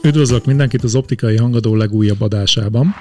Üdvözlök mindenkit az Optikai Hangadó legújabb adásában.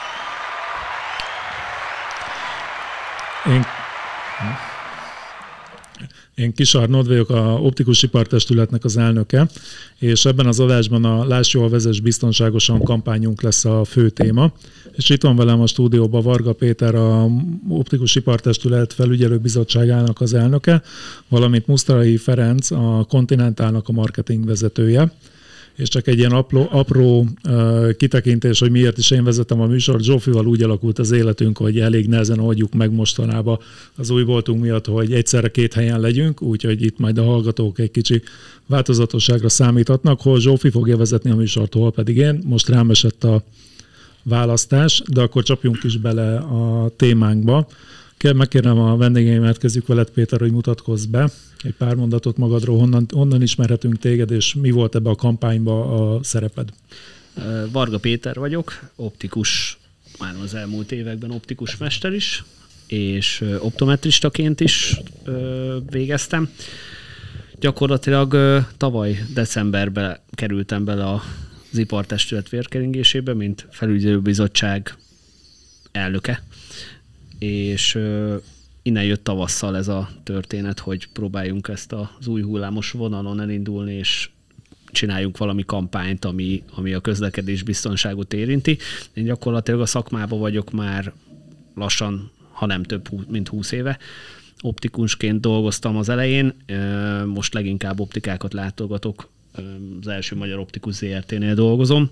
Én Kis Arnold vagyok, a Optikus Ipartestületnek az elnöke, és ebben az adásban a Láss jól, vezess biztonságosan kampányunk lesz a fő téma. És itt van velem a stúdióban Varga Péter, a Optikus Ipartestület felügyelőbizottságának az elnöke, valamint Musztarai Ferenc, a Continentalnak a marketing vezetője. És csak egy ilyen apró kitekintés, hogy miért is én vezetem a műsort. Zsófival úgy alakult az életünk, hogy elég nehezen oldjuk meg mostanában az új boltunk miatt, hogy egyszerre két helyen legyünk, úgyhogy itt majd a hallgatók egy kicsi változatosságra számíthatnak, hol Zsófi fogja vezetni a műsort, hol pedig én. Most rám esett a választás, de akkor csapjunk is bele a témánkba. Megkérem a vendégeimet, kezdjük veled, Péter, hogy mutatkozz be. Egy pár mondatot magadról, honnan ismerhetünk téged, és mi volt ebbe a kampányba a szereped? Varga Péter vagyok, optikus, már az elmúlt években optikus mester is, és optometristaként is végeztem. Gyakorlatilag tavaly decemberben kerültem bele az Ipartestület vérkeringésébe, mint felügyelőbizottság elnöke, és innen jött tavasszal ez a történet, hogy próbáljunk ezt az új hullámos vonalon elindulni, és csináljunk valami kampányt, ami a közlekedés biztonságot érinti. Én gyakorlatilag a szakmában vagyok már lassan, ha nem több, mint 20 éve. Optikusként dolgoztam az elején, most leginkább optikákat látogatok, az első Magyar Optikus ZRT-nél dolgozom,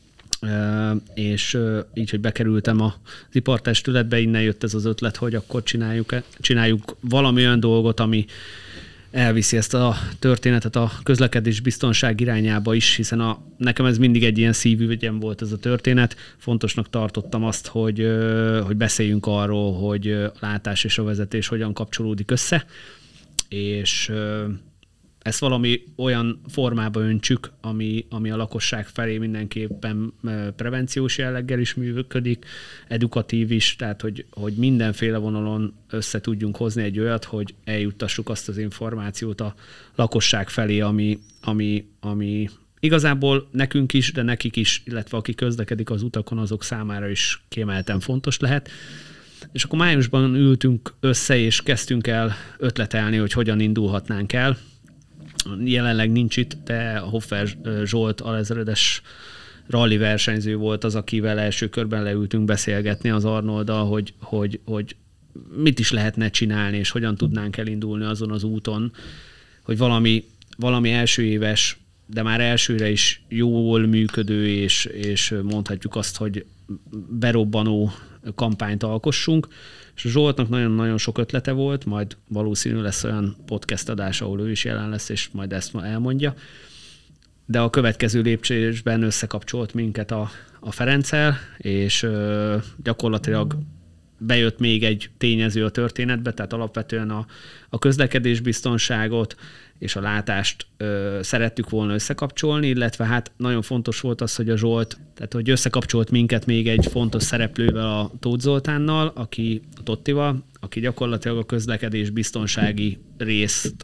és így, hogy bekerültem az ipartestületbe, innen jött ez az ötlet, hogy akkor csináljuk valami olyan dolgot, ami elviszi ezt a történetet a közlekedés biztonság irányába is, hiszen nekem ez mindig egy ilyen szívügyem volt ez a történet. Fontosnak tartottam azt, hogy beszéljünk arról, hogy a látás és a vezetés hogyan kapcsolódik össze, és ezt valami olyan formába öntsük, ami a lakosság felé mindenképpen prevenciós jelleggel is működik, edukatív is, tehát hogy mindenféle vonalon össze tudjunk hozni egy olyat, hogy eljuttassuk azt az információt a lakosság felé, ami igazából nekünk is, de nekik is, illetve aki közlekedik az utakon, azok számára is kiemelten fontos lehet. És akkor májusban ültünk össze, és kezdtünk el ötletelni, hogy hogyan indulhatnánk el. Jelenleg nincs itt, de Hoffer Zsolt alezredes rally versenyző volt az, akivel első körben leültünk beszélgetni az Arnolddal, hogy mit is lehetne csinálni, és hogyan tudnánk elindulni azon az úton, hogy valami első éves, de már elsőre is jól működő, és mondhatjuk azt, hogy berobbanó kampányt alkossunk. És a Zsoltnak nagyon-nagyon sok ötlete volt, majd valószínű lesz olyan podcast adás, ahol ő is jelen lesz, és majd ezt elmondja. De a következő lépcsőben összekapcsolt minket a Ferenccel, és gyakorlatilag bejött még egy tényező a történetbe, tehát alapvetően a közlekedésbiztonságot és a látást szerettük volna összekapcsolni, illetve hát nagyon fontos volt az, hogy a Zsolt, tehát hogy összekapcsolt minket még egy fontos szereplővel, a Tóth Zoltánnal, a Tottival, aki gyakorlatilag a közlekedésbiztonsági részt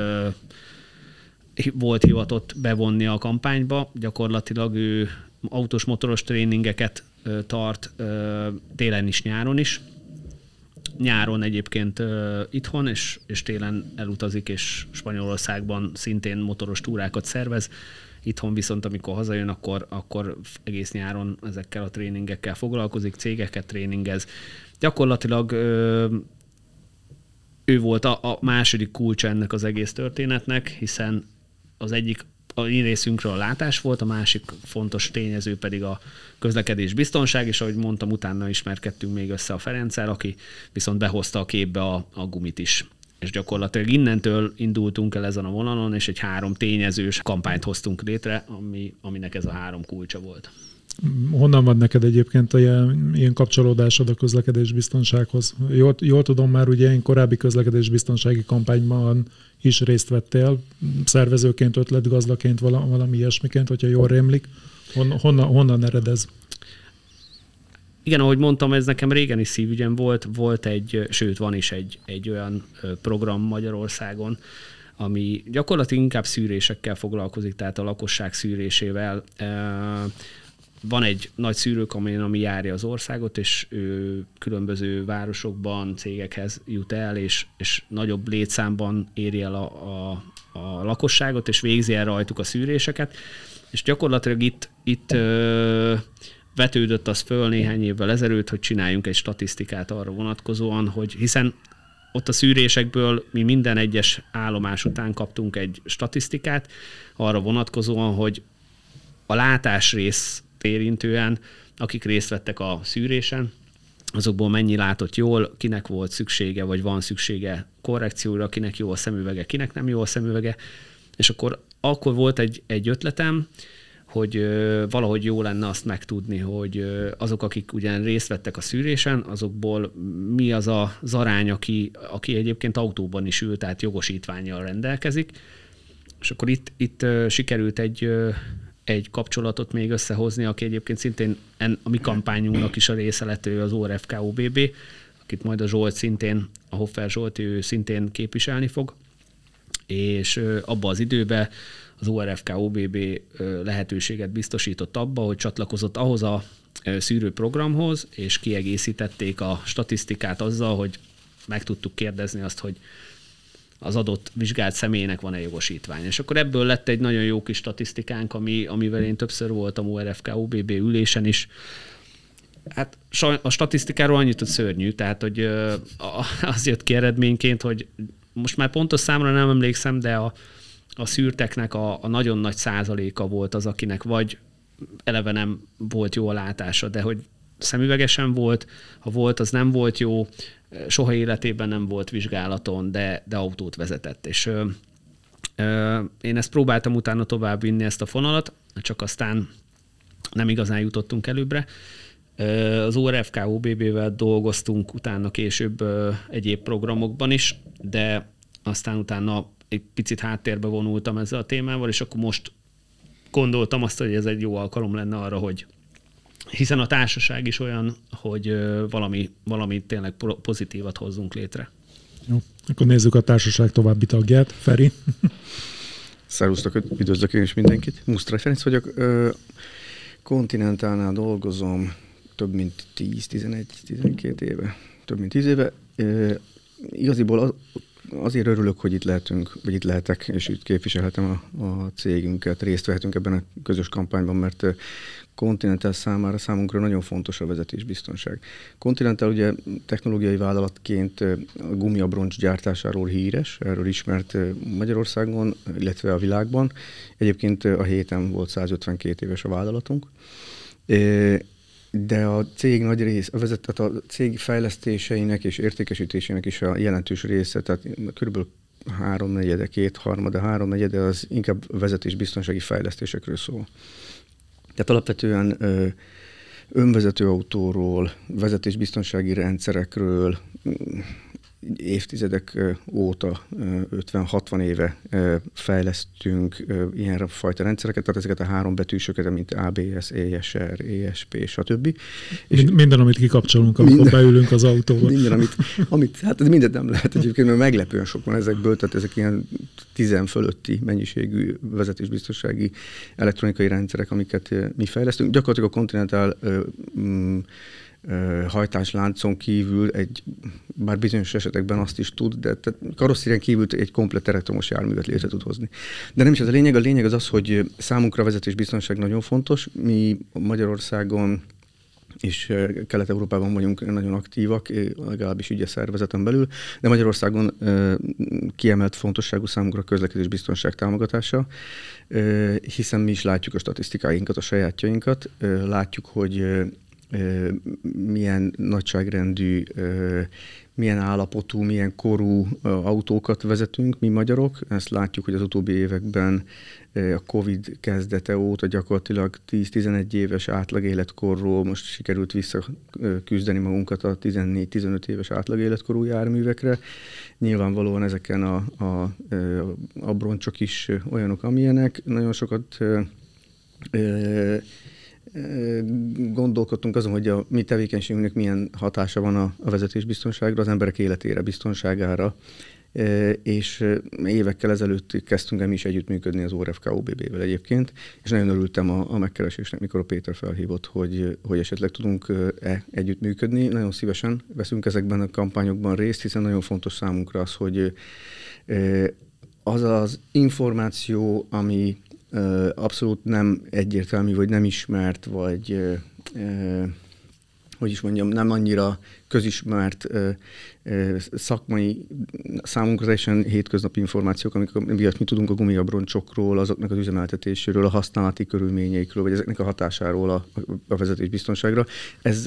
volt hivatott bevonni a kampányba. Gyakorlatilag ő autós motoros tréningeket tart télen is, nyáron is. Nyáron egyébként itthon, és télen elutazik, és Spanyolországban szintén motoros túrákat szervez. Itthon viszont, amikor hazajön, akkor egész nyáron ezekkel a tréningekkel foglalkozik, cégeket tréningez. Gyakorlatilag ő volt a második kulcs ennek az egész történetnek, hiszen az egyik a részünkről a látás volt, a másik fontos tényező pedig a közlekedés biztonság, és ahogy mondtam, utána ismerkedtünk még össze a Ferenccel, aki viszont behozta a képbe a gumit is. És gyakorlatilag innentől indultunk el ezen a vonalon, és egy 3 tényezős kampányt hoztunk létre, aminek ez a 3 kulcsa volt. Honnan van neked egyébként ilyen kapcsolódásod a közlekedésbiztonsághoz? Jól tudom, már ugye én korábbi közlekedésbiztonsági kampányban is részt vettél, szervezőként, ötletgazdaként, valami ilyesmiként, hogyha jól rémlik. Honnan ered ez? Igen, ahogy mondtam, ez nekem régen is szívügyem volt van is egy olyan program Magyarországon, ami gyakorlatilag inkább szűrésekkel foglalkozik, tehát a lakosság szűrésével. Van egy nagy szűrőkamin, ami járja az országot, és ő különböző városokban, cégekhez jut el, és nagyobb létszámban éri el a lakosságot, és végzi el rajtuk a szűréseket. És gyakorlatilag itt vetődött az föl néhány évvel ezelőtt, hogy csináljunk egy statisztikát arra vonatkozóan, hogy hiszen ott a szűrésekből mi minden egyes állomás után kaptunk egy statisztikát arra vonatkozóan, hogy a látásrész érintően, akik részt vettek a szűrésen, azokból mennyi látott jól, kinek volt szüksége, vagy van szüksége korrekcióra, kinek jó a szemüvege, kinek nem jó a szemüvege. És akkor volt egy ötletem, hogy valahogy jó lenne azt megtudni, hogy azok, akik ugyan részt vettek a szűrésen, azokból mi az az arány, aki egyébként autóban is ül, tehát jogosítvánnyal rendelkezik. És akkor itt sikerült egy kapcsolatot még összehozni, aki egyébként szintén a mi kampányunknak is a része lett, ő az ORFK OBB, akit majd a Zsolt szintén, a Hoffer Zsolt, ő szintén képviselni fog. És abba az időben az ORFK OBB lehetőséget biztosított abba, hogy csatlakozott ahhoz a szűrőprogramhoz, és kiegészítették a statisztikát azzal, hogy meg tudtuk kérdezni azt, hogy az adott vizsgált személynek van-e jogosítvány. És akkor ebből lett egy nagyon jó kis statisztikánk, amivel én többször voltam ORFK OBB ülésen is. Hát a statisztikáról annyit, hogy szörnyű, tehát hogy az jött ki eredményként, hogy most már pontos számra nem emlékszem, de a szűrteknek a nagyon nagy százaléka volt az, akinek vagy eleve nem volt jó a látása, de hogy szemüvegesen volt, ha volt, az nem volt jó, soha életében nem volt vizsgálaton, de autót vezetett. És én ezt próbáltam utána tovább vinni ezt a fonalat, csak aztán nem igazán jutottunk előbbre. Az ORFK OBB-vel dolgoztunk utána később egyéb programokban is, de aztán utána egy picit háttérbe vonultam ezzel a témával, és akkor most gondoltam azt, hogy ez egy jó alkalom lenne arra, hogy hiszen a társaság is olyan, hogy valami tényleg pozitívat hozzunk létre. Jó, akkor nézzük a társaság további tagját. Feri. Szervusztok, üdvözlök én is mindenkit. Musztrai Ferenc vagyok. Continentalnál dolgozom több mint 10-11-12 éve. Több mint 10 éve. Igaziból azért örülök, hogy itt lehetünk, vagy itt lehetek, és itt képviselhetem a cégünket, részt vehetünk ebben a közös kampányban, mert Continental számunkra nagyon fontos a vezetésbiztonság. Continental ugye technológiai vállalatként a gumiabroncs gyártásáról híres, erről ismert Magyarországon, illetve a világban. Egyébként a héten volt 152 éves a vállalatunk. De a cég nagy rész, a cég fejlesztéseinek és értékesítésének is a jelentős része, tehát kb. 3/4 az inkább vezetésbiztonsági fejlesztésekről szól. Tehát alapvetően önvezető autóról, vezetésbiztonsági rendszerekről, évtizedek óta, 50-60 éve fejlesztünk ilyen fajta rendszereket, tehát ezeket a 3 betűsöket, mint ABS, ESR, ESP, stb. Minden, amit kikapcsolunk, amikor beülünk az autóba. Minden, hát ez mindent nem lehet egyébként, mert meglepően sok van ezekből, tehát ezek ilyen 10 fölötti mennyiségű vezetésbiztonsági elektronikai rendszerek, amiket mi fejlesztünk. Gyakorlatilag a Continental hajtásláncon kívül bár bizonyos esetekben azt is tud, de karosszérián kívül egy komplett elektromos járművet létre tud hozni. De nem is ez a lényeg az, hogy számunkra a vezetésbiztonság nagyon fontos. Mi Magyarországon és Kelet-Európában vagyunk nagyon aktívak, legalábbis így a szervezeten belül, de Magyarországon kiemelt fontosságú számunkra a közlekedésbiztonság támogatása, hiszen mi is látjuk a statisztikáinkat, a sajátjainkat, látjuk, hogy milyen nagyságrendű, milyen állapotú, milyen korú autókat vezetünk mi magyarok. Ezt látjuk, hogy az utóbbi években a Covid kezdete óta gyakorlatilag 10-11 éves átlagéletkorról most sikerült visszaküzdeni magunkat a 14-15 éves átlagéletkorú járművekre. Nyilvánvalóan ezeken a broncsok is olyanok, amilyenek. Nagyon sokat gondolkodtunk azon, hogy a mi tevékenységünknek milyen hatása van a vezetésbiztonságra, az emberek életére, biztonságára, és évekkel ezelőtt kezdtünk el mi is együttműködni az ORFK OBB-vel egyébként, és nagyon örültem a megkeresésnek, mikor a Péter felhívott, hogy esetleg tudunk együttműködni. Nagyon szívesen veszünk ezekben a kampányokban részt, hiszen nagyon fontos számunkra az, hogy az az információ, ami abszolút nem egyértelmű, vagy nem ismert, vagy hogy is mondjam, nem annyira közismert szakmai, számunkra teljesen hétköznapi információk, amiket mi tudunk a gumiabroncsokról, azoknak az üzemeltetéséről, a használati körülményeikről, vagy ezeknek a hatásáról a vezetésbiztonságra. Ez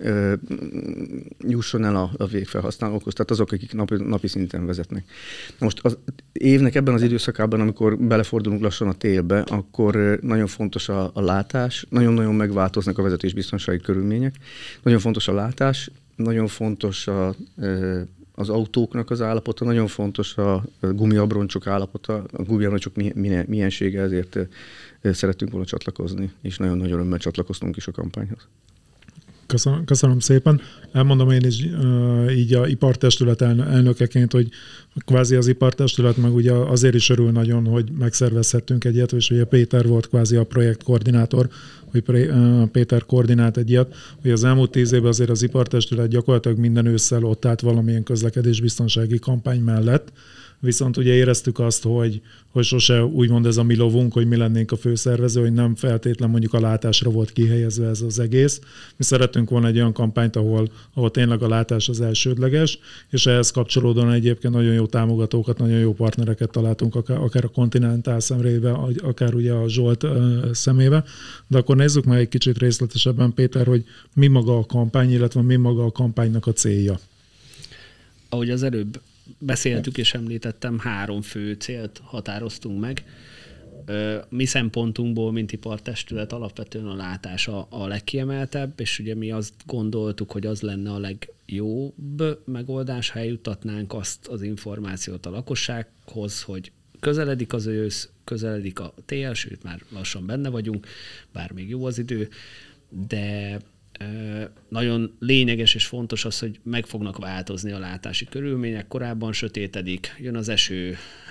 jusson el a végfelhasználókhoz, tehát azok, akik napi szinten vezetnek. Na most az évnek ebben az időszakában, amikor belefordulunk lassan a télbe, akkor nagyon fontos a látás, nagyon-nagyon megváltoznak a vezetésbiztonsági körülmények, nagyon fontos a látás, nagyon fontos az autóknak az állapota, nagyon fontos a gumiabroncsok állapota, a gumiabroncsok miensége, ezért szerettünk volna csatlakozni, és nagyon nagy örömmel csatlakoztunk is a kampányhoz. Köszönöm szépen. Elmondom én is így a ipartestület elnökeként, hogy kvázi az ipartestület meg ugye azért is örül nagyon, hogy megszervezhettünk egy ilyet, és ugye Péter volt kvázi a projektkoordinátor, hogy Péter koordinált egy ilyet, hogy az elmúlt 10 évben azért az ipartestület gyakorlatilag minden ősszel ott állt valamilyen közlekedésbiztonsági kampány mellett, viszont ugye éreztük azt, hogy sose úgymond ez a mi lovunk, hogy mi lennénk a főszervező, hogy nem feltétlen mondjuk a látásra volt kihelyezve ez az egész. Mi szeretünk volna egy olyan kampányt, ahol tényleg a látás az elsődleges, és ehhez kapcsolódóan egyébként nagyon jó támogatókat, nagyon jó partnereket találtunk, akár a Continental szemébe, akár ugye a Zsolt szemébe. De akkor nézzük meg egy kicsit részletesebben, Péter, hogy mi maga a kampány, illetve mi maga a kampánynak a célja. Ahogy az előbb beszéltük és említettem, 3 fő célt határoztunk meg. Mi szempontunkból, mint ipartestület, alapvetően a látás a legkiemeltebb, és ugye mi azt gondoltuk, hogy az lenne a legjobb megoldás, ha eljuttatnánk azt az információt a lakossághoz, hogy közeledik az ősz, közeledik a tél, sőt már lassan benne vagyunk, bár még jó az idő, de nagyon lényeges és fontos az, hogy meg fognak változni a látási körülmények. Korábban sötétedik, jön az eső,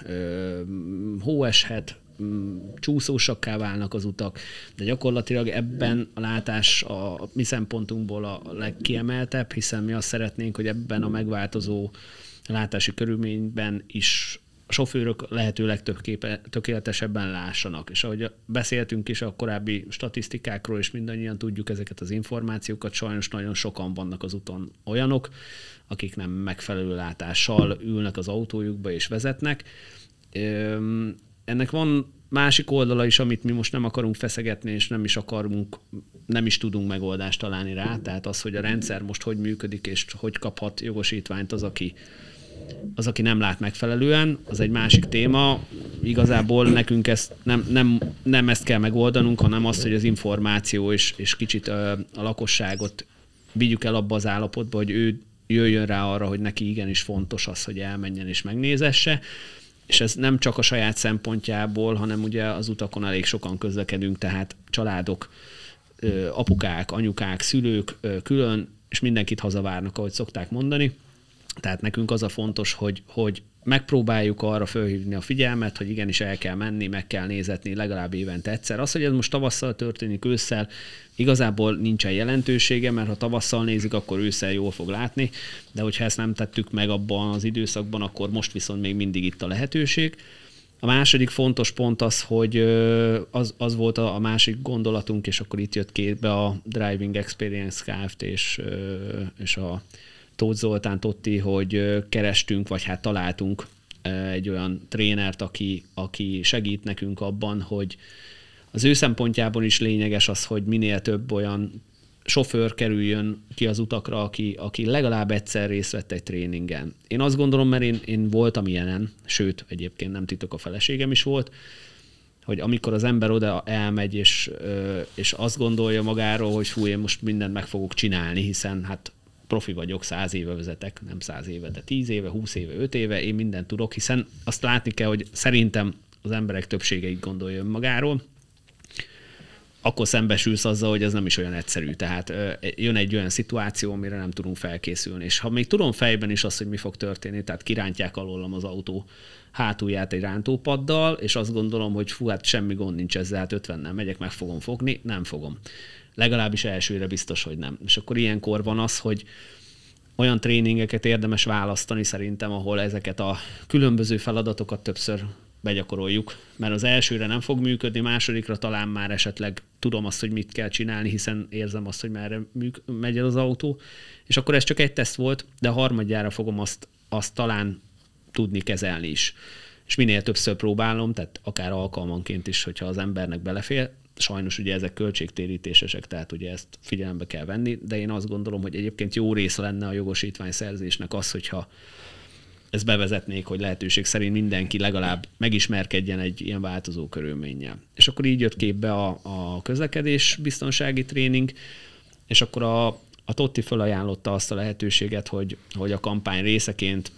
hó eshet, csúszósakká válnak az utak, de gyakorlatilag ebben a látás a mi szempontunkból a legkiemeltebb, hiszen mi azt szeretnénk, hogy ebben a megváltozó látási körülményben is a sofőrök lehetőleg tökéletesebben lássanak. És ahogy beszéltünk is a korábbi statisztikákról, és mindannyian tudjuk ezeket az információkat, sajnos nagyon sokan vannak az úton olyanok, akik nem megfelelő látással ülnek az autójukba és vezetnek. Ennek van másik oldala is, amit mi most nem akarunk feszegetni, és nem is tudunk megoldást találni rá. Tehát az, hogy a rendszer most hogy működik, és hogy kaphat jogosítványt az, aki nem lát megfelelően, az egy másik téma. Igazából nekünk ezt nem ezt kell megoldanunk, hanem azt, hogy az információ és kicsit a lakosságot vigyük el abba az állapotba, hogy ő jöjjön rá arra, hogy neki igenis fontos az, hogy elmenjen és megnézesse. És ez nem csak a saját szempontjából, hanem ugye az utakon elég sokan közlekedünk, tehát családok, apukák, anyukák, szülők külön, és mindenkit hazavárnak, ahogy szokták mondani. Tehát nekünk az a fontos, hogy megpróbáljuk arra felhívni a figyelmet, hogy igenis el kell menni, meg kell nézetni legalább évente egyszer. Az, hogy ez most tavasszal történik, ősszel, igazából nincsen jelentősége, mert ha tavasszal nézik, akkor ősszel jól fog látni, de hogyha ezt nem tettük meg abban az időszakban, akkor most viszont még mindig itt a lehetőség. A második fontos pont az, hogy az volt a másik gondolatunk, és akkor itt jött képbe a Driving Experience Kft. És a Tóth Zoltán Totti, hogy kerestünk, vagy hát találtunk egy olyan trénert, aki segít nekünk abban, hogy az ő szempontjából is lényeges az, hogy minél több olyan sofőr kerüljön ki az utakra, aki legalább egyszer részt vett egy tréningen. Én azt gondolom, mert én voltam ilyenen, sőt, egyébként nem titok, a feleségem is volt, hogy amikor az ember oda elmegy, és azt gondolja magáról, hogy fú, én most mindent meg fogok csinálni, hiszen hát profi vagyok, 100 éve vezetek, nem 100 éve, de 10 éve, 20 éve, 5 éve, én mindent tudok, hiszen azt látni kell, hogy szerintem az emberek többsége így gondolja önmagáról. akkor szembesülsz azzal, hogy ez nem is olyan egyszerű. Tehát jön egy olyan szituáció, amire nem tudunk felkészülni. És ha még tudom fejben is azt, hogy mi fog történni, tehát kirántják alólam az autó hátulját egy rántópaddal, és azt gondolom, hogy fú, hát semmi gond nincs ezzel, hát 50-nel megyek, meg fogom fogni, nem fogom. Legalábbis elsőre biztos, hogy nem. És akkor ilyenkor van az, hogy olyan tréningeket érdemes választani szerintem, ahol ezeket a különböző feladatokat többször begyakoroljuk, mert az elsőre nem fog működni, másodikra talán már esetleg tudom azt, hogy mit kell csinálni, hiszen érzem azt, hogy merre megy az autó, és akkor ez csak egy teszt volt, de a harmadjára fogom azt talán tudni kezelni is. És minél többször próbálom, tehát akár alkalmanként is, hogyha az embernek belefér, sajnos ugye ezek költségtérítésesek, tehát ugye ezt figyelembe kell venni, de én azt gondolom, hogy egyébként jó része lenne a jogosítványszerzésnek az, hogyha ezt bevezetnék, hogy lehetőség szerint mindenki legalább megismerkedjen egy ilyen változó körülménnyel. És akkor így jött képbe a közlekedés biztonsági tréning, és akkor a Totti felajánlotta azt a lehetőséget, hogy a kampány részeként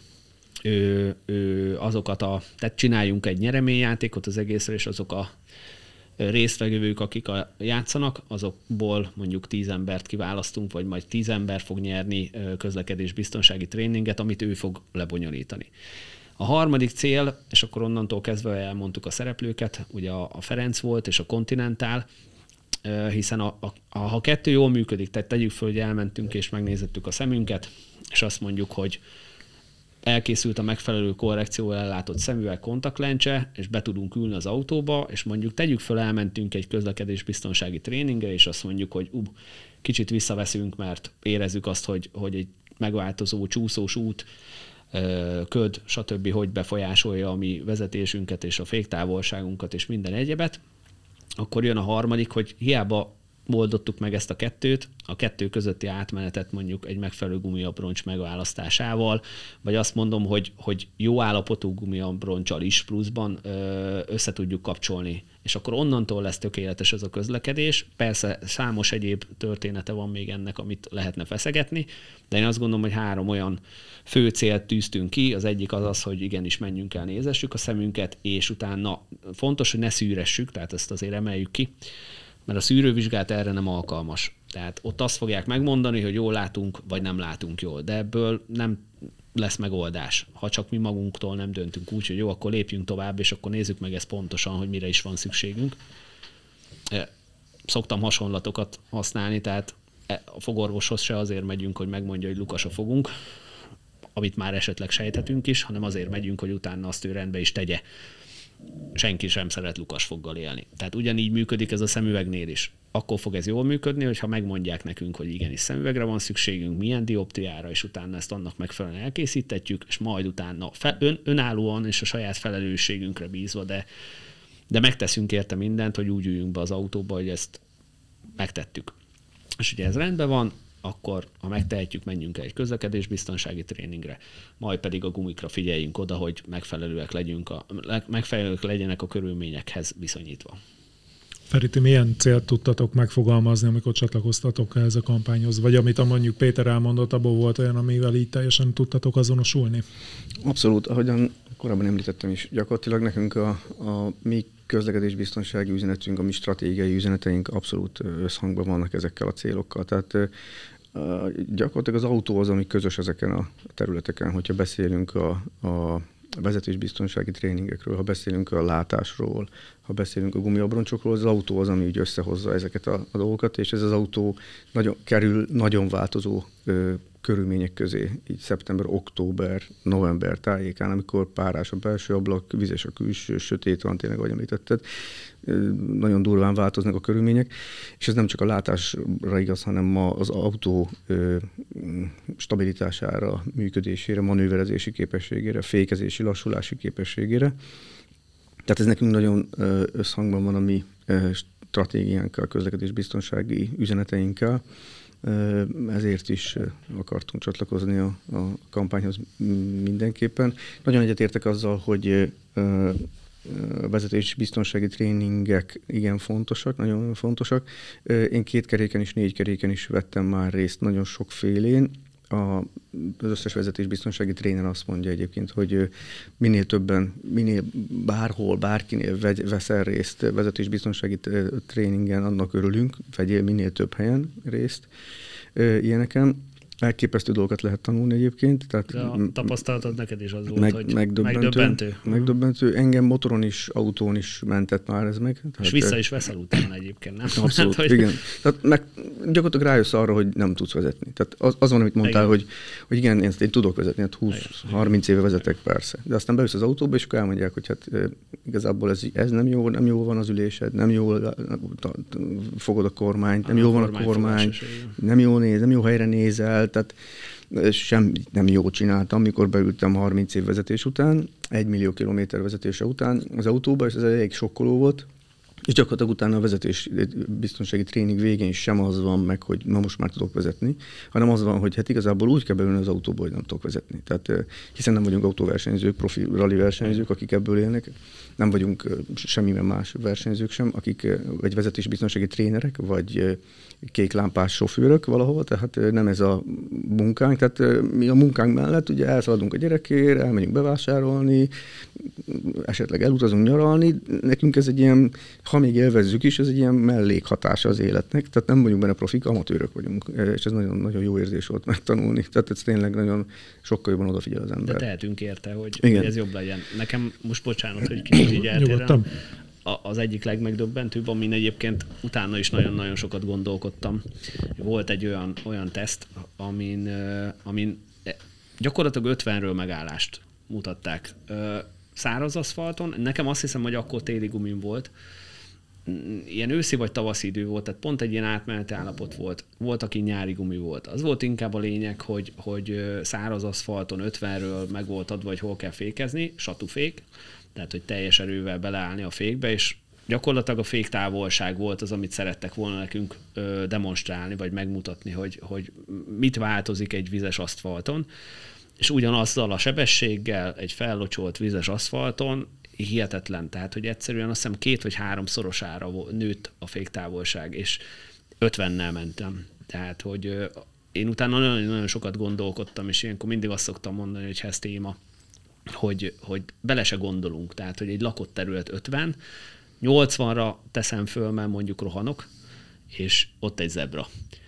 tehát csináljunk egy nyereményjátékot az egészre, és azok a résztvevők, akik játszanak, azokból mondjuk 10 embert kiválasztunk, vagy majd 10 ember fog nyerni közlekedés biztonsági tréninget, amit ő fog lebonyolítani. A harmadik cél, és akkor onnantól kezdve elmondtuk a szereplőket, ugye a Ferenc volt és a Continental, hiszen ha kettő jól működik, tehát tegyük föl, hogy elmentünk és megnézettük a szemünket, és azt mondjuk, hogy elkészült a megfelelő korrekcióval ellátott szemüveg, kontaktlencse, és be tudunk ülni az autóba, és mondjuk tegyük föl, elmentünk egy közlekedésbiztonsági tréningre, és azt mondjuk, hogy kicsit visszaveszünk, mert érezzük azt, hogy egy megváltozó csúszós út, köd, stb. Hogy befolyásolja a mi vezetésünket és a féktávolságunkat és minden egyebet, akkor jön a harmadik, hogy hiába oldottuk meg ezt a kettőt, a kettő közötti átmenetet mondjuk egy megfelelő gumiabroncs megválasztásával, vagy azt mondom, hogy jó állapotú gumiabroncsal is pluszban össze tudjuk kapcsolni. És akkor onnantól lesz tökéletes ez a közlekedés. Persze számos egyéb története van még ennek, amit lehetne feszegetni, de én azt gondolom, hogy 3 olyan fő célt tűztünk ki. Az egyik az, hogy igenis menjünk el, nézessük a szemünket, és utána fontos, hogy ne szűressük, tehát ezt azért emeljük ki, mert a szűrővizsgát erre nem alkalmas. Tehát ott azt fogják megmondani, hogy jól látunk, vagy nem látunk jól, de ebből nem lesz megoldás, ha csak mi magunktól nem döntünk úgy, hogy jó, akkor lépjünk tovább, és akkor nézzük meg ezt pontosan, hogy mire is van szükségünk. Szoktam hasonlatokat használni, tehát a fogorvoshoz se azért megyünk, hogy megmondja, hogy lukas a fogunk, amit már esetleg sejthetünk is, hanem azért megyünk, hogy utána azt ő rendbe is tegye. Senki sem szeret lukas foggal élni. Tehát ugyanígy működik ez a szemüvegnél is. Akkor fog ez jól működni, hogyha megmondják nekünk, hogy igenis szemüvegre van szükségünk, milyen dioptriára, és utána ezt annak megfelelően elkészítetjük, és majd utána önállóan és a saját felelősségünkre bízva, de megteszünk érte mindent, hogy úgy üljünk be az autóba, hogy ezt megtettük. És ugye ez rendben van, akkor, ha megtehetjük, menjünk el egy közlekedésbiztonsági tréningre, majd pedig a gumikra figyeljünk oda, hogy megfelelőek legyenek a körülményekhez viszonyítva. Feri, ti milyen célt tudtatok megfogalmazni, amikor csatlakoztatok ehhez a kampányhoz? Vagy amit mondjuk Péter elmondott, abból volt olyan, amivel így teljesen tudtatok azonosulni? Abszolút, ahogyan korábban említettem is, gyakorlatilag nekünk a mi közlekedésbiztonsági üzenetünk, a mi stratégiai üzeneteink abszolút összhangban vannak ezekkel a célokkal. Tehát gyakorlatilag az autó az, ami közös ezeken a területeken, hogyha beszélünk a vezetésbiztonsági tréningekről, ha beszélünk a látásról, ha beszélünk a gumiabroncsokról, az autó az, ami úgy összehozza ezeket a dolgokat, és ez az autó kerül nagyon változó körülmények közé, így szeptember, október, november tájékán, amikor párás a belső ablak, vizes a külső, sötét van, tényleg, ahogy említetted, nagyon durván változnak a körülmények, és ez nem csak a látásra igaz, hanem az autó stabilitására, működésére, manőverezési képességére, fékezési, lassulási képességére. Tehát ez nekünk nagyon összhangban van a mi stratégiánkkal, közlekedésbiztonsági üzeneteinkkel, ezért is akartunk csatlakozni a kampányhoz mindenképpen. Nagyon egyetértek azzal, hogy vezetésbiztonsági tréningek igen fontosak, nagyon fontosak. Én 2 keréken is, 4 keréken is vettem már részt nagyon sokfélén. az összes vezetésbiztonsági tréner azt mondja egyébként, hogy minél többen, minél bárhol, bárkinél veszel részt vezetésbiztonsági tréningen, annak örülünk, vegyél minél több helyen részt ilyeneken. Elképesztő dolgokat lehet tanulni egyébként. Tehát de a tapasztalatod neked is az volt, hogy megdöbbentő. Megdöbbentő. Engem motoron is, autón is mentett már ez meg. Tehát, és vissza is veszel utána egyébként, nem? Abszolút, hát, igen. Tehát gyakorlatilag rájössz arra, hogy nem tudsz vezetni. Tehát az van, amit mondtál, hogy igen, én tudok vezetni, hát 20-30 éve vezetek persze. De aztán beülsz az autóba, és akkor elmondják, hogy hát igazából ez nem jól van az ülésed, nem jól fogod a kormányt, nem jól van a kormány, nem jól néz, nem jó helyre nézel. Tehát semmit nem jól csináltam, mikor beültem 30 év vezetés után, 1 millió kilométer vezetése után az autóba, és ez elég sokkoló volt. És gyakorlatilag utána a vezetés biztonsági tréning végén sem az van meg, hogy na most már tudok vezetni, hanem az van, hogy hát igazából úgy kell beülni az autóba, hogy nem tudok vezetni. Tehát hiszen nem vagyunk autóversenyzők, profi rally versenyzők, akik ebből élnek, nem vagyunk semmiben más versenyzők sem, akik vagy vezetésbiztonsági trénerek, vagy kéklámpás sofőrök valahol, tehát nem ez a munkánk. Tehát mi a munkánk mellett ugye elszaladunk a gyerekért, elmegyünk bevásárolni, esetleg elutazunk nyaralni. Nekünk ez egy ilyen, ha még élvezzük is, ez egy ilyen mellékhatása az életnek, tehát nem vagyunk benne profik, amatőrök vagyunk, és ez nagyon, nagyon jó érzés volt megtanulni. Tehát ez tényleg nagyon sokkal jobban odafigyel az ember. De tehetünk érte, hogy ez jobb legyen. Nekem most bocsánat, hogy kicsit így eltérem. Az egyik legmegdöbbentőbb, amin egyébként utána is nagyon-nagyon sokat gondolkodtam. Volt egy olyan teszt, amin gyakorlatilag 50-ről megállást mutatták. Száraz aszfalton, nekem azt hiszem, hogy akkor téli gumin volt, ilyen őszi vagy tavaszi idő volt, tehát pont egy ilyen átmeneti állapot volt. Volt, aki nyári gumi volt. Az volt inkább a lényeg, hogy száraz aszfalton 50-ről meg volt adva, hogy hol kell fékezni, satufék, tehát hogy teljes erővel beleállni a fékbe, és gyakorlatilag a féktávolság volt az, amit szerettek volna nekünk demonstrálni, vagy megmutatni, hogy mit változik egy vizes aszfalton, és ugyanazzal a sebességgel egy fellocsolt vizes aszfalton hihetetlen, tehát hogy egyszerűen azt hiszem 2 vagy 3 szorosára nőtt a féktávolság, és 50-nel mentem. Tehát, hogy én utána nagyon-nagyon sokat gondolkodtam, és ilyenkor mindig azt szoktam mondani, hogy ez téma, hogy bele se gondolunk. Tehát, hogy egy lakott terület 50, 80-ra teszem föl, mert mondjuk rohanok, és ott egy zebra.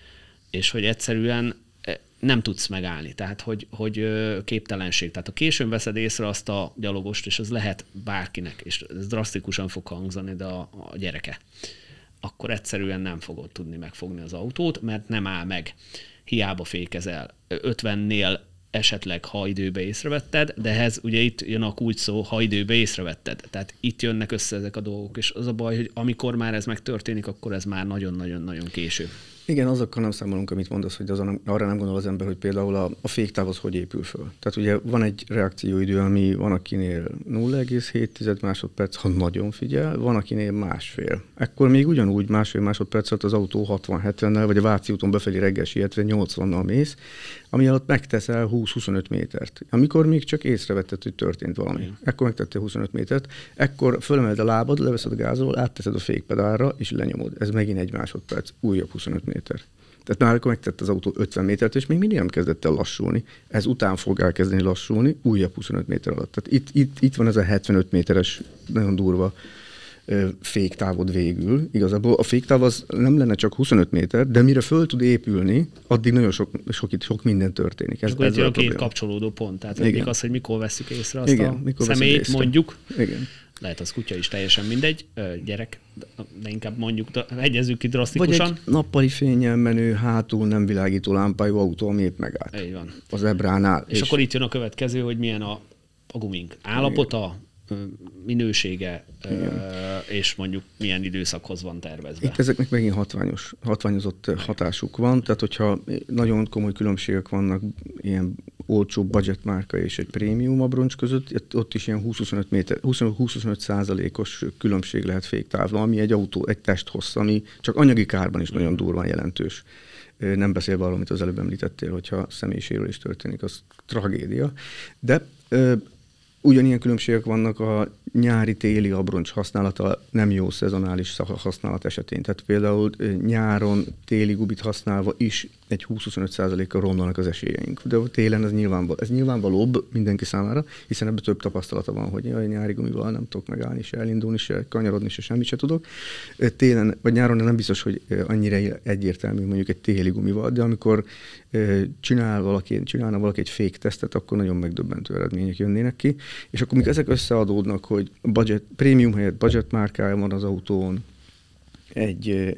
És hogy egyszerűen nem tudsz megállni, tehát hogy képtelenség. Tehát ha későn veszed észre azt a gyalogost, és az lehet bárkinek, és ez drasztikusan fog hangzani, de a gyereke, akkor egyszerűen nem fogod tudni megfogni az autót, mert nem áll meg. Hiába fékezel. 50-nél esetleg, ha időbe észrevetted, de ehhez ugye itt jön a kulcs szó, ha időbe észrevetted. Tehát itt jönnek össze ezek a dolgok, és az a baj, hogy amikor már ez megtörténik, akkor ez már nagyon-nagyon-nagyon késő. Igen, azokkal nem számolunk, amit mondasz, hogy arra nem gondol az ember, hogy például a féktáv az hogy épül föl. Tehát ugye van egy reakcióidő, ami van akinél 0,7 másodperc, ha nagyon figyel, van akinél másfél. Ekkor még ugyanúgy másfél másodperc alatt az autó 60-70-nel, vagy a Váci úton befelé reggel sietve 80-nal mész, ami alatt megteszel 20-25 métert. Amikor még csak észrevetted, hogy történt valami. Igen. Ekkor megtettél 25 métert, ekkor fölemeled a lábad, leveszed a gázról, átteszed a fékpedálra, és lenyomod. Ez megint 1 másodperc, újabb 25 méter. Tehát már akkor megtett az autó 50 métert, és még mindig nem kezdett el lassulni. Ez után fog elkezdeni lassulni, újabb 25 méter alatt. Tehát itt van ez a 75 méteres, nagyon durva féktávod végül. Igazából a féktáv az nem lenne csak 25 méter, de mire föl tud épülni, addig nagyon sok minden történik. Ez a két kapcsolódó pont. Tehát egyik az, hogy mikor vesszük észre azt a személyt, mondjuk. Igen. Lehet az kutya is, teljesen mindegy, gyerek, de inkább mondjuk, egyezzük ki drasztikusan. Vagy egy nappali fénnyel menő, hátul nem világító lámpájú autó, ami épp megállt. Így van. Az zebránál. És akkor itt jön a következő, hogy milyen a gumink állapota, minősége, és mondjuk milyen időszakhoz van tervezve. Itt ezeknek megint hatványozott hatásuk van, tehát hogyha nagyon komoly különbségek vannak ilyen olcsó budget márka és egy prémium abroncs között, ott is ilyen 20-25% különbség lehet féktávla, ami egy autó, egy testhossz, ami csak anyagi kárban is nagyon durván jelentős. Nem beszélve arról, amit az előbb említettél, hogyha személysérülés történik, az tragédia. De ugyanilyen különbségek vannak a nyári-téli abroncs használata nem jó szezonális használat esetén. Tehát például nyáron téli gumit használva is egy 20-25%-kal romlanak az esélyeink. De télen ez nyilvánvalóbb mindenki számára, hiszen ebben több tapasztalata van, hogy nyári gumival nem tudok megállni, se elindulni, se kanyarodni, se semmit se tudok. Télen vagy nyáron nem biztos, hogy annyira egyértelmű mondjuk egy téli gumival, de amikor csinálna valaki egy fake tesztet, akkor nagyon megdöbbentő eredmények jönnének ki. És akkor, ezek összeadódnak, hogy prémium helyett budget márkája van az autón, egy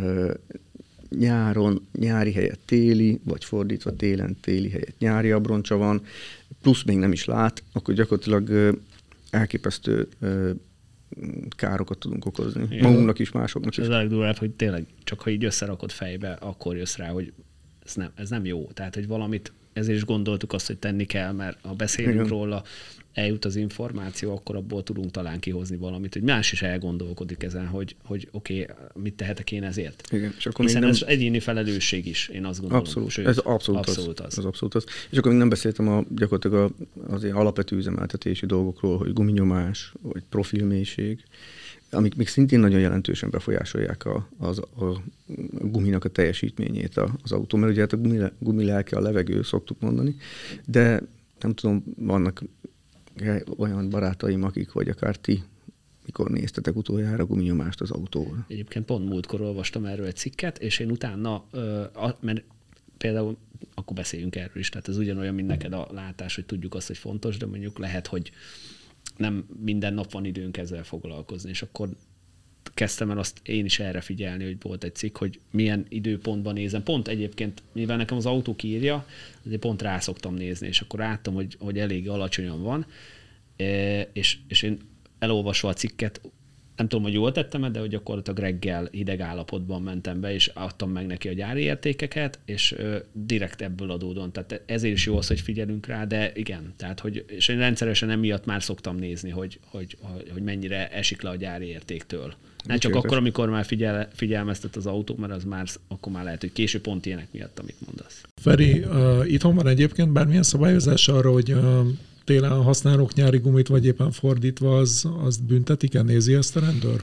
nyári helyett téli, vagy fordítva télen téli helyett nyári abroncsa van, plusz még nem is lát, akkor gyakorlatilag elképesztő károkat tudunk okozni. Igen. Magunknak is, másoknak is. Ez a legdurvább, hogy tényleg csak ha így összerakod fejbe, akkor jössz rá, hogy ez nem jó. Tehát, hogy valamit, ezért is gondoltuk azt, hogy tenni kell, mert ha beszélünk igen. róla, eljut az információ, akkor abból tudunk talán kihozni valamit, hogy más is elgondolkodik ezen, hogy oké, mit tehetek én ezért. Igen. És akkor hiszen ez egyéni felelősség is, én azt gondolom. Abszolút. Sőt, ez abszolút az. Ez abszolút az. És akkor még nem beszéltem gyakorlatilag az alapvető üzemeltetési dolgokról, hogy guminyomás, vagy profilmélység, amik még szintén nagyon jelentősen befolyásolják a guminak a teljesítményét az autó, mert ugye hát a gumi lelke a levegő, szoktuk mondani, de nem tudom, vannak olyan barátaim, akik, vagy akár ti, mikor néztetek utoljára guminyomást az autóval. Egyébként pont múltkor olvastam erről egy cikket, és én utána, mert például akkor beszéljünk erről is, tehát ez ugyanolyan, mint neked a látás, hogy tudjuk azt, hogy fontos, de mondjuk lehet, hogy nem minden nap van időnk ezzel foglalkozni, és akkor kezdtem el azt én is erre figyelni, hogy volt egy cikk, hogy milyen időpontban nézem. Pont egyébként, mivel nekem az autó kiírja, azért pont rá szoktam nézni, és akkor láttam, hogy elég alacsonyan van, és én elolvasva a cikket, nem tudom, hogy jól tettem, de hogy gyakorlatilag reggel hideg állapotban mentem be, és adtam meg neki a gyári értékeket, és direkt ebből adódott. Tehát ezért is jó az, hogy figyelünk rá, de igen. Tehát, és én rendszeresen emiatt már szoktam nézni, hogy mennyire esik le a gyári értéktől. Nem csak akkor, amikor már figyelmeztet az autó, mert az már, akkor már lehet, hogy késő pont ilyenek miatt, amit mondasz. Feri, itthon van egyébként bármilyen szabályozás arra, hogy télen használok nyári gumit, vagy éppen fordítva, azt büntetik-e? Nézi ezt a rendőr?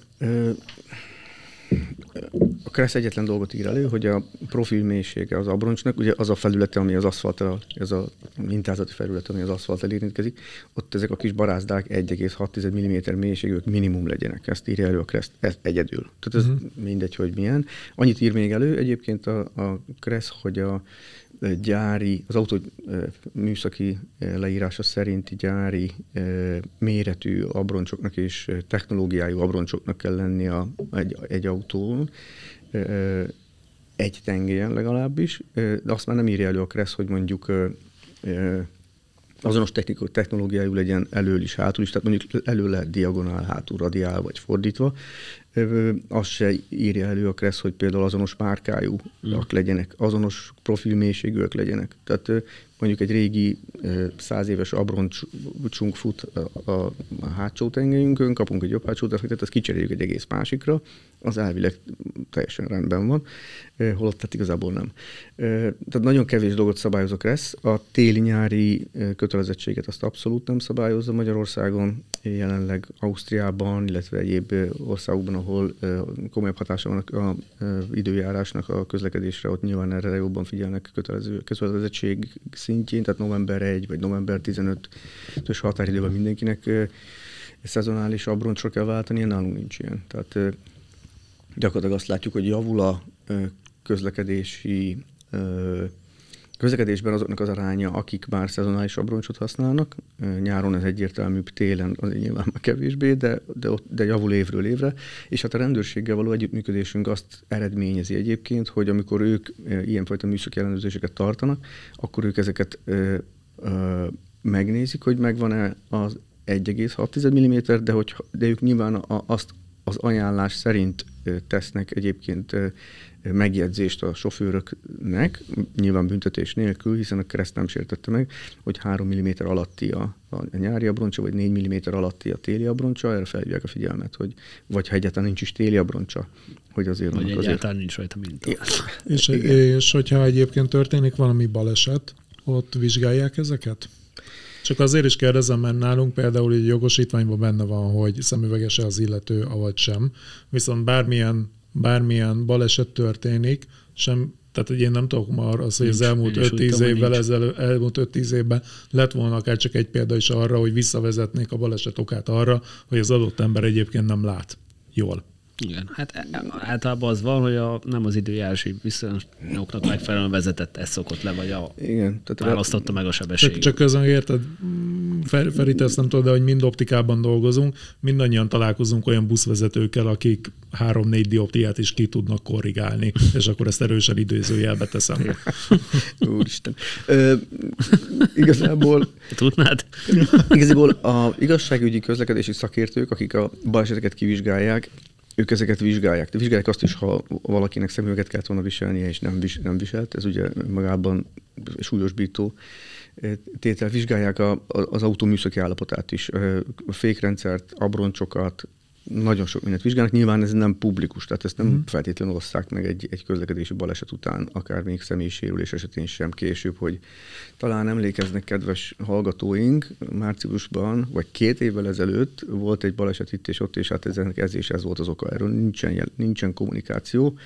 A KRESZ egyetlen dolgot ír elő, hogy a profilmélysége az abroncsnak, ugye az a felülete, ami az aszfalttal, ez a mintázati felület, ami az aszfalttal érintkezik, ott ezek a kis barázdák 1,6 mm mélységűek minimum legyenek. Ezt írja elő a KRESZ, ez egyedül. Tehát ez mindegy, hogy milyen. Annyit ír még elő egyébként a KRESZ, hogy az autó műszaki leírása szerinti gyári méretű abroncsoknak és technológiájú abroncsoknak kell lenni egy autón, egy tengelyen legalábbis, de azt már nem írja elő a KRESZ, hogy mondjuk azonos technológiájú legyen elől is, hátul is, tehát mondjuk elő lehet diagonál, hátul radiál, vagy fordítva. Azt se írja elő a KRESZ, hogy például azonos márkájúak legyenek, azonos profilmélységűek legyenek. Tehát mondjuk egy régi 100 éves abroncsunk fut a hátsó tengelyünkön, kapunk egy jobb hátsó tengelyt, azt kicseréljük egy egész másikra, az elvileg teljesen rendben van, holott tehát igazából nem. Tehát nagyon kevés dolgot szabályoz a KRESZ, a téli-nyári kötelezettséget azt abszolút nem szabályozza Magyarországon, jelenleg Ausztriában, illetve egyéb országokban, ahol komolyabb hatása van az időjárásnak a közlekedésre, ott nyilván erre jobban figyelnek kötelezettség szintjén, tehát november 1 vagy november 15-ös határidőben mindenkinek szezonális abroncsra kell váltani, nálunk nincs ilyen. Tehát gyakorlatilag azt látjuk, hogy javul a közlekedésben azoknak az aránya, akik már szezonális abroncsot használnak. Nyáron ez egyértelműbb, télen az nyilván már kevésbé, de javul évről évre. És hát a rendőrséggel való együttműködésünk azt eredményezi egyébként, hogy amikor ők ilyenfajta műszaki ellenőrzéseket tartanak, akkor ők ezeket megnézik, hogy megvan-e az 1,6 mm, de ők nyilván azt az ajánlás szerint tesznek egyébként megjegyzést a sofőröknek, nyilván büntetés nélkül, hiszen a KRESZ nem sértette meg, hogy 3 mm alatti a nyári abroncsa, vagy 4 mm alatti a téli abroncsa, erre felhívják a figyelmet, hogy vagy ha egyáltalán nincs is téli abroncsa, hogy azért vagy vannak egyáltalán nincs rajta minta. És hogyha egyébként történik valami baleset, ott vizsgálják ezeket? Csak azért is kérdezem, mert nálunk például egy jogosítványban benne van, hogy szemüveges-e az illető, avagy sem. Viszont bármilyen baleset történik, tehát hogy én nem tudok már az, hogy az elmúlt 5-10 évben lett volna akár csak egy példa is arra, hogy visszavezetnék a baleset okát arra, hogy az adott ember egyébként nem lát jól. Igen, hát általában az van, hogy nem az időjárási viszonyoknak megfelelően vezetett, ez szokott le, vagy választotta meg a sebességet. Csak közben érted, Feri, ezt nem tudod, de hogy mind optikában dolgozunk, mindannyian találkozunk olyan buszvezetőkkel, akik 3-4 dioptriát is ki tudnak korrigálni, és akkor ezt erősen idézőjelbe teszem. Úristen. Igazából... Tudnád? Igazából a igazságügyi közlekedési szakértők, akik a baleseteket kivizsgálják, ők ezeket vizsgálják. De vizsgálják azt is, ha valakinek szemüveget kellett volna viselnie, és nem viselt. Ez ugye magában súlyosbító tétel. Vizsgálják az autó műszaki állapotát is, a fékrendszert, abroncsokat, nagyon sok mindent vizsgálnak. Nyilván ez nem publikus, tehát ezt nem feltétlenül osszák meg egy közlekedési baleset után, akár még személysérülés esetén sem később, hogy talán emlékeznek, kedves hallgatóink, márciusban, vagy 2 évvel ezelőtt volt egy baleset itt és ott, és hát ez volt az oka. Erről nincsen kommunikáció.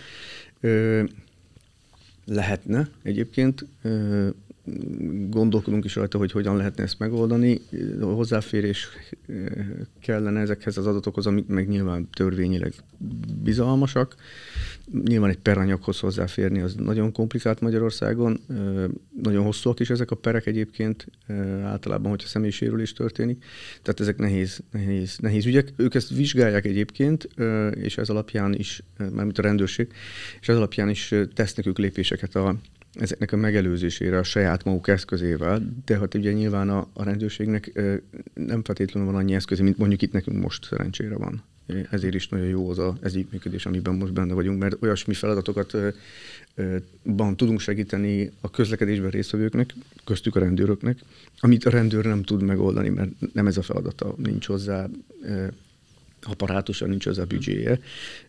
Lehetne egyébként, gondolkodunk is rajta, hogy hogyan lehetne ezt megoldani. A hozzáférés kellene ezekhez az adatokhoz, amik meg nyilván törvényileg bizalmasak. Nyilván egy peranyaghoz hozzáférni az nagyon komplikált Magyarországon. Nagyon hosszúak is ezek a perek egyébként, általában, hogyha személysérülés történik. Tehát ezek nehéz ügyek. Ők ezt vizsgálják egyébként, és ez alapján is, mármint a rendőrség, és ez alapján is tesznek ők lépéseket ezeknek a megelőzésére a saját maguk eszközével, de hát ugye nyilván a rendőrségnek nem feltétlenül van annyi eszköze, mint mondjuk itt nekünk most szerencsére van. Ezért is nagyon jó az ez így működés, amiben most benne vagyunk, mert olyasmi feladatokat tudunk segíteni a közlekedésben résztvevőknek, köztük a rendőröknek, amit a rendőr nem tud megoldani, mert nem ez a feladata, nincs hozzá apparátusan, nincs hozzá büdzséje,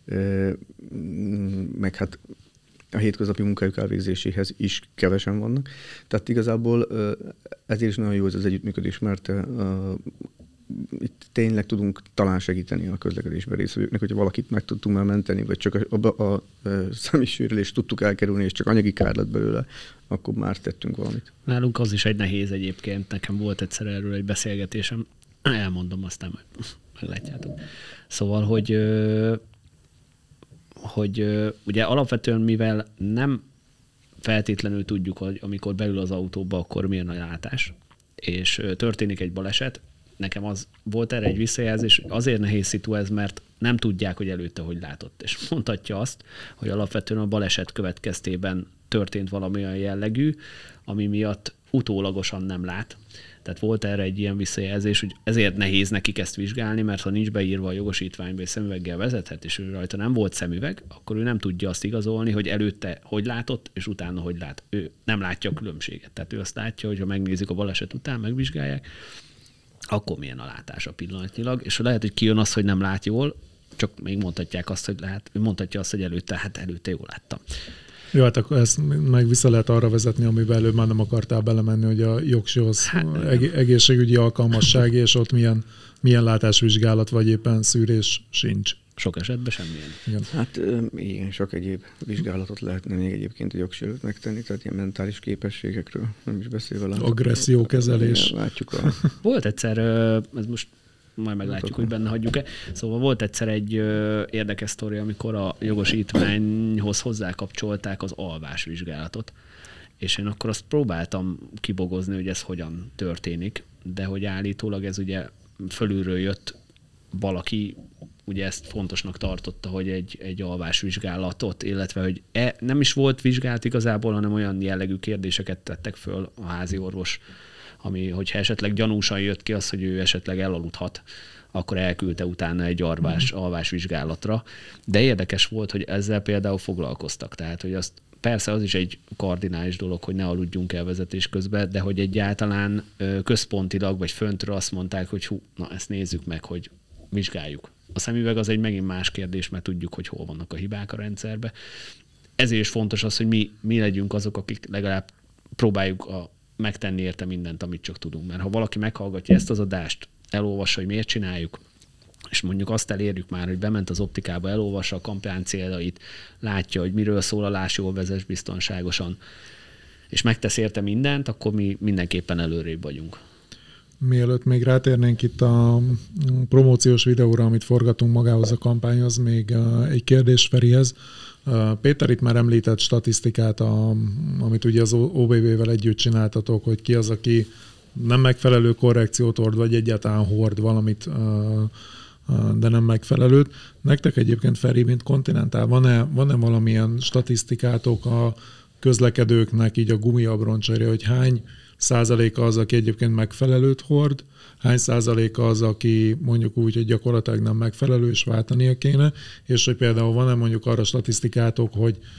meg hát a hétköznapi munkájuk elvégzéséhez is kevesen vannak. Tehát igazából ezért is nagyon jó ez az együttműködés, mert itt tényleg tudunk talán segíteni a közlekedésben részvevőknek, hogyha valakit meg tudtunk már menteni, vagy csak a személysérülést tudtuk elkerülni, és csak anyagi kár lett belőle, akkor már tettünk valamit. Nálunk az is egy nehéz egyébként. Nekem volt egyszer erről egy beszélgetésem. Elmondom, aztán meglátjátok. Szóval, hogy ugye alapvetően, mivel nem feltétlenül tudjuk, hogy amikor belül az autóba, akkor milyen a látás, és történik egy baleset, nekem az volt erre egy visszajelzés, azért nehéz szitu ez, mert nem tudják, hogy előtte hogy látott. És mondhatja azt, hogy alapvetően a baleset következtében történt valami olyan jellegű, ami miatt utólagosan nem lát. Tehát volt erre egy ilyen visszajelzés, hogy ezért nehéz nekik ezt vizsgálni, mert ha nincs beírva a jogosítványba, hogy szemüveggel vezethet, és ő rajta nem volt szemüveg, akkor ő nem tudja azt igazolni, hogy előtte hogy látott, és utána hogy lát. Ő nem látja a különbséget. Tehát ő azt látja, hogy ha megnézik a baleset után, megvizsgálják, akkor milyen a látása pillanatnyilag, és lehet, hogy kijön az, hogy nem lát jól, csak még mondhatják azt, hogy mondhatja azt, hogy előtte jól látta. Jó, hát akkor ezt meg vissza lehet arra vezetni, amiben előbb már nem akartál belemenni, hogy a jogsihoz egészségügyi alkalmasság, és ott milyen látásvizsgálat vagy éppen szűrés sincs. Sok esetben semmilyen. Igen. Hát igen, sok egyéb vizsgálatot lehetne még egyébként a jogsérült megtenni, tehát ilyen mentális képességekről nem is beszélve. Agressziókezelés. Látjuk Volt egyszer, ez most majd meglátjuk, hogy benne hagyjuk-e. Szóval volt egyszer egy érdekes sztori, amikor a jogosítványhoz hozzákapcsolták az alvásvizsgálatot. És én akkor azt próbáltam kibogozni, hogy ez hogyan történik, de hogy állítólag ez ugye fölülről jött valaki, ugye ezt fontosnak tartotta, hogy egy alvásvizsgálatot, illetve hogy nem is volt vizsgálat igazából, hanem olyan jellegű kérdéseket tettek föl a házi orvos, ami, hogyha esetleg gyanúsan jött ki az, hogy ő esetleg elaludhat, akkor elküldte utána egy alvásvizsgálatra. De érdekes volt, hogy ezzel például foglalkoztak. Tehát, hogy azt persze az is egy kardinális dolog, hogy ne aludjunk el vezetés közben, de hogy egyáltalán központilag vagy föntről azt mondták, hogy ezt nézzük meg, hogy vizsgáljuk. A szemüveg az egy megint más kérdés, mert tudjuk, hogy hol vannak a hibák a rendszerbe. Ezért is fontos az, hogy mi legyünk azok, akik legalább próbáljuk a megtenni érte mindent, amit csak tudunk. Mert ha valaki meghallgatja ezt az adást, elolvassa, hogy miért csináljuk, és mondjuk azt elérjük már, hogy bement az optikába, elolvassa a kampány céljait, látja, hogy miről szól a Láss jól, vezess biztonságosan, és megtesz érte mindent, akkor mi mindenképpen előrébb vagyunk. Mielőtt még rátérnénk itt a promóciós videóra, amit forgatunk magához a kampányhoz, még egy kérdés Ferihez. Péter itt már említett statisztikát, amit ugye az OBB-vel együtt csináltatok, hogy ki az, aki nem megfelelő korrekciót hord, vagy egyáltalán hord valamit, de nem megfelelőt. Nektek egyébként, Feri, mint Continental, van-e valamilyen statisztikátok a közlekedőknek így a gumiabroncsairól, hogy hány százaléka az, aki egyébként megfelelőt hord, hány százaléka az, aki mondjuk úgy, hogy gyakorlatilag nem megfelelő, és váltania kéne, és hogy például van-e mondjuk arra statisztikátok,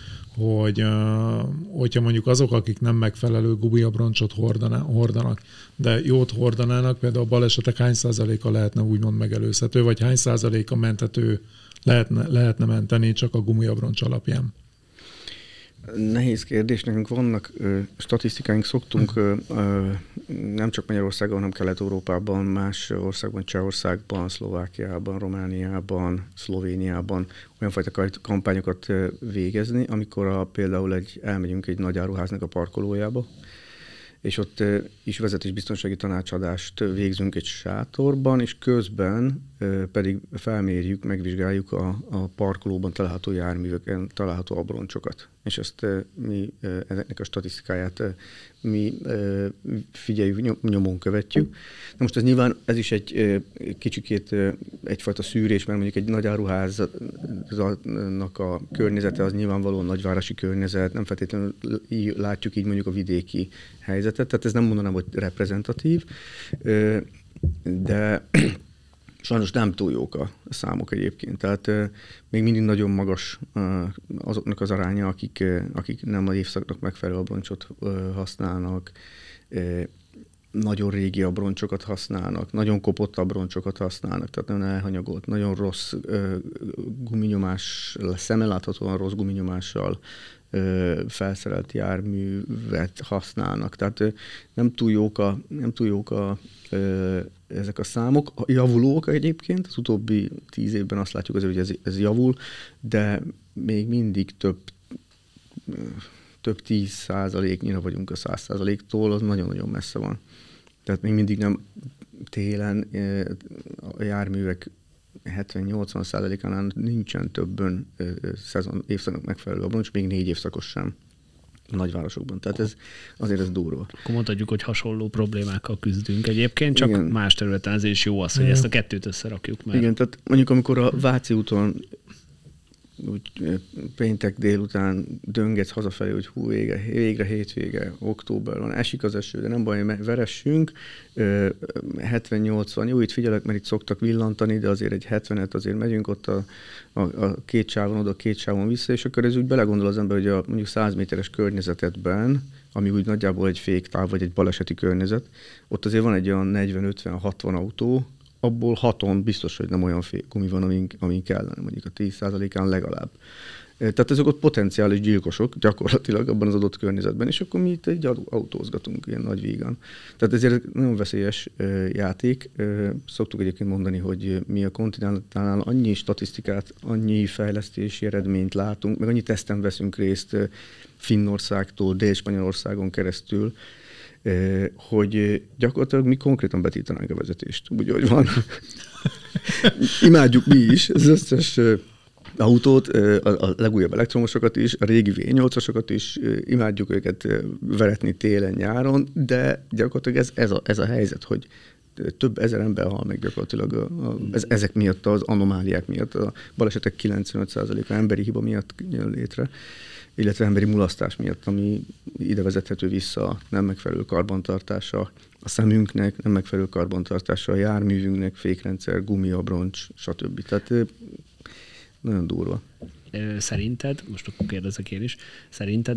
hogyha mondjuk azok, akik nem megfelelő gumiabroncsot hordanak, de jót hordanának, például a balesetek hány százaléka lehetne úgymond megelőzhető, vagy hány százaléka menthető lehetne menteni csak a gumiabroncs alapján? Nehéz kérdés, nekünk vannak statisztikáink, szoktunk nem csak Magyarországon, hanem Kelet-Európában, más országban, Csehországban, Szlovákiában, Romániában, Szlovéniában olyan fajta kampányokat végezni, amikor például elmegyünk egy nagy áruháznak a parkolójába, és ott is vezetésbiztonsági tanácsadást végzünk egy sátorban, és közben pedig felmérjük, megvizsgáljuk a parkolóban található járműveken található abroncsokat. És ezt ezeknek a statisztikáját mi figyeljük, nyomon követjük. Na most ez is egy kicsikét egyfajta szűrés, mert mondjuk egy nagy áruháznak a környezete az nyilvánvalóan nagyvárosi környezet, nem feltétlenül látjuk így mondjuk a vidéki helyzetet, tehát ez nem mondanám, hogy reprezentatív, de sajnos nem túl jók a számok egyébként, tehát még mindig nagyon magas azoknak az aránya, akik nem az évszaknak megfelelő abroncsot használnak, nagyon régi abroncsokat használnak, nagyon kopott abroncsokat használnak, tehát nagyon elhanyagolt, nagyon rossz guminyomás, szemmel láthatóan rossz guminyomással felszerelt járművet használnak. Tehát nem túl jók ezek a számok. Javulók egyébként, az utóbbi 10 évben azt látjuk azért, hogy ez javul, de még mindig több 10%-nyira vagyunk a 100%-tól, az nagyon-nagyon messze van. Tehát még mindig nem télen a járművek 70-80%-ánál nincsen többen évszaknak megfelelő abroncs, még 4 évszakos sem a nagyvárosokban. Tehát ez durva. Akkor mondhatjuk, hogy hasonló problémákkal küzdünk egyébként, csak igen, más területen ez is jó az, hogy ezt a kettőt összerakjuk. Mert... Igen, tehát mondjuk amikor a Váci úton úgy péntek délután döngetsz hazafelé, hogy végre hétvége, október van, esik az eső, de nem baj, veressünk, 70-80, jó, itt figyelek, mert itt szoktak villantani, de azért egy 70-et azért megyünk ott a két sávon oda, két sávon vissza, és akkor ez úgy belegondol az ember, hogy a mondjuk 100 méteres környezetedben, ami úgy nagyjából egy féktáv, vagy egy baleseti környezet, ott azért van egy olyan 40-50-60 autó, abból 6-on biztos, hogy nem olyan gumi van, amin kellene, mondjuk a 10%-án legalább. Tehát ezek ott potenciális gyilkosok gyakorlatilag abban az adott környezetben, és akkor mi itt egy autózgatunk ilyen nagy vígan. Tehát ezért nagyon veszélyes játék. Szoktuk egyébként mondani, hogy mi a Continentalnál annyi statisztikát, annyi fejlesztési eredményt látunk, meg annyi teszten veszünk részt Finnországtól, Dél-Spanyolországon keresztül, hogy gyakorlatilag mi konkrétan betiltanánk a vezetést. Úgy, hogy van. Imádjuk mi is az összes autót, a legújabb elektromosokat is, a régi V8-asokat is, imádjuk őket veretni télen, nyáron, de gyakorlatilag ez a helyzet, hogy több ezer ember hal meg gyakorlatilag ezek miatt, az anomáliák miatt, a balesetek 95%-a emberi hiba miatt jön létre, illetve emberi mulasztás miatt, ami ide vezethető vissza, nem megfelelő karbantartása a szemünknek, nem megfelelő karbantartása a járművünknek, fékrendszer, gumiabroncs, stb. Tehát nagyon durva. Szerinted, most akkor kérdezek én is, szerinted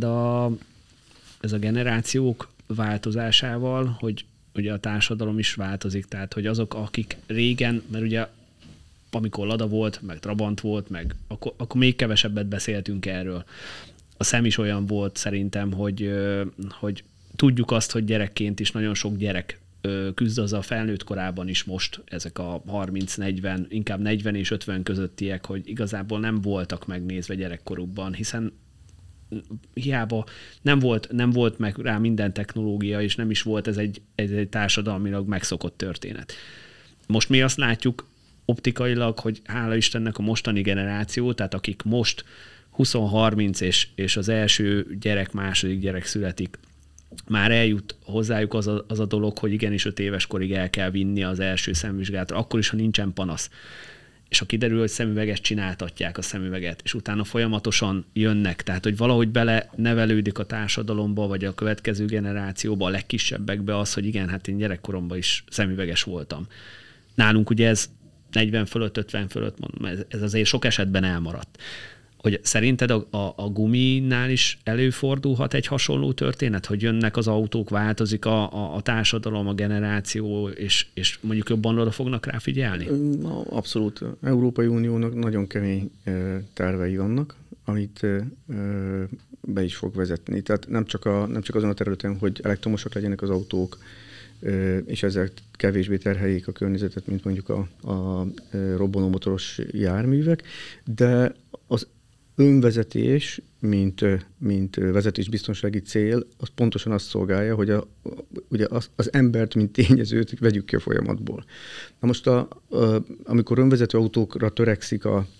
ez a generációk változásával, hogy ugye a társadalom is változik, tehát hogy azok, akik régen, mert ugye amikor Lada volt, meg Trabant volt, meg akkor még kevesebbet beszéltünk erről. A szem is olyan volt szerintem, hogy tudjuk azt, hogy gyerekként is nagyon sok gyerek küzd az a felnőtt korában is most, ezek a 30-40, inkább 40 és 50 közöttiek, hogy igazából nem voltak megnézve gyerekkorukban, hiszen hiába nem volt meg rá minden technológia, és nem is volt ez egy társadalmilag megszokott történet. Most mi azt látjuk optikailag, hogy hála Istennek a mostani generáció, tehát akik most 20-30 és az első gyerek, második gyerek születik, már eljut hozzájuk az a dolog, hogy igenis 5 éves korig el kell vinni az első szemvizsgálatra, akkor is, ha nincsen panasz. És ha kiderül, hogy szemüveget csináltatják a szemüveget, és utána folyamatosan jönnek, tehát hogy valahogy bele nevelődik a társadalomba, vagy a következő generációba, a legkisebbekbe az, hogy igen, hát én gyerekkoromban is szemüveges voltam. Nálunk ugye ez 40 fölött, 50 fölött, mondom, ez azért sok esetben elmaradt. Hogy szerinted a guminál is előfordulhat egy hasonló történet, hogy jönnek az autók, változik a társadalom, a generáció, és mondjuk jobban oda fognak rá figyelni? Abszolút. Európai Uniónak nagyon kemény tervei vannak, amit be is fog vezetni. Tehát nem csak azon a területen, hogy elektromosak legyenek az autók, és ezek kevésbé terheljék a környezetet, mint mondjuk a robbanómotoros járművek, de az önvezetés, mint vezetésbiztonsági cél, az pontosan azt szolgálja, hogy ugye az embert, mint tényezőt vegyük ki a folyamatból. Na most, amikor önvezető autókra törekszik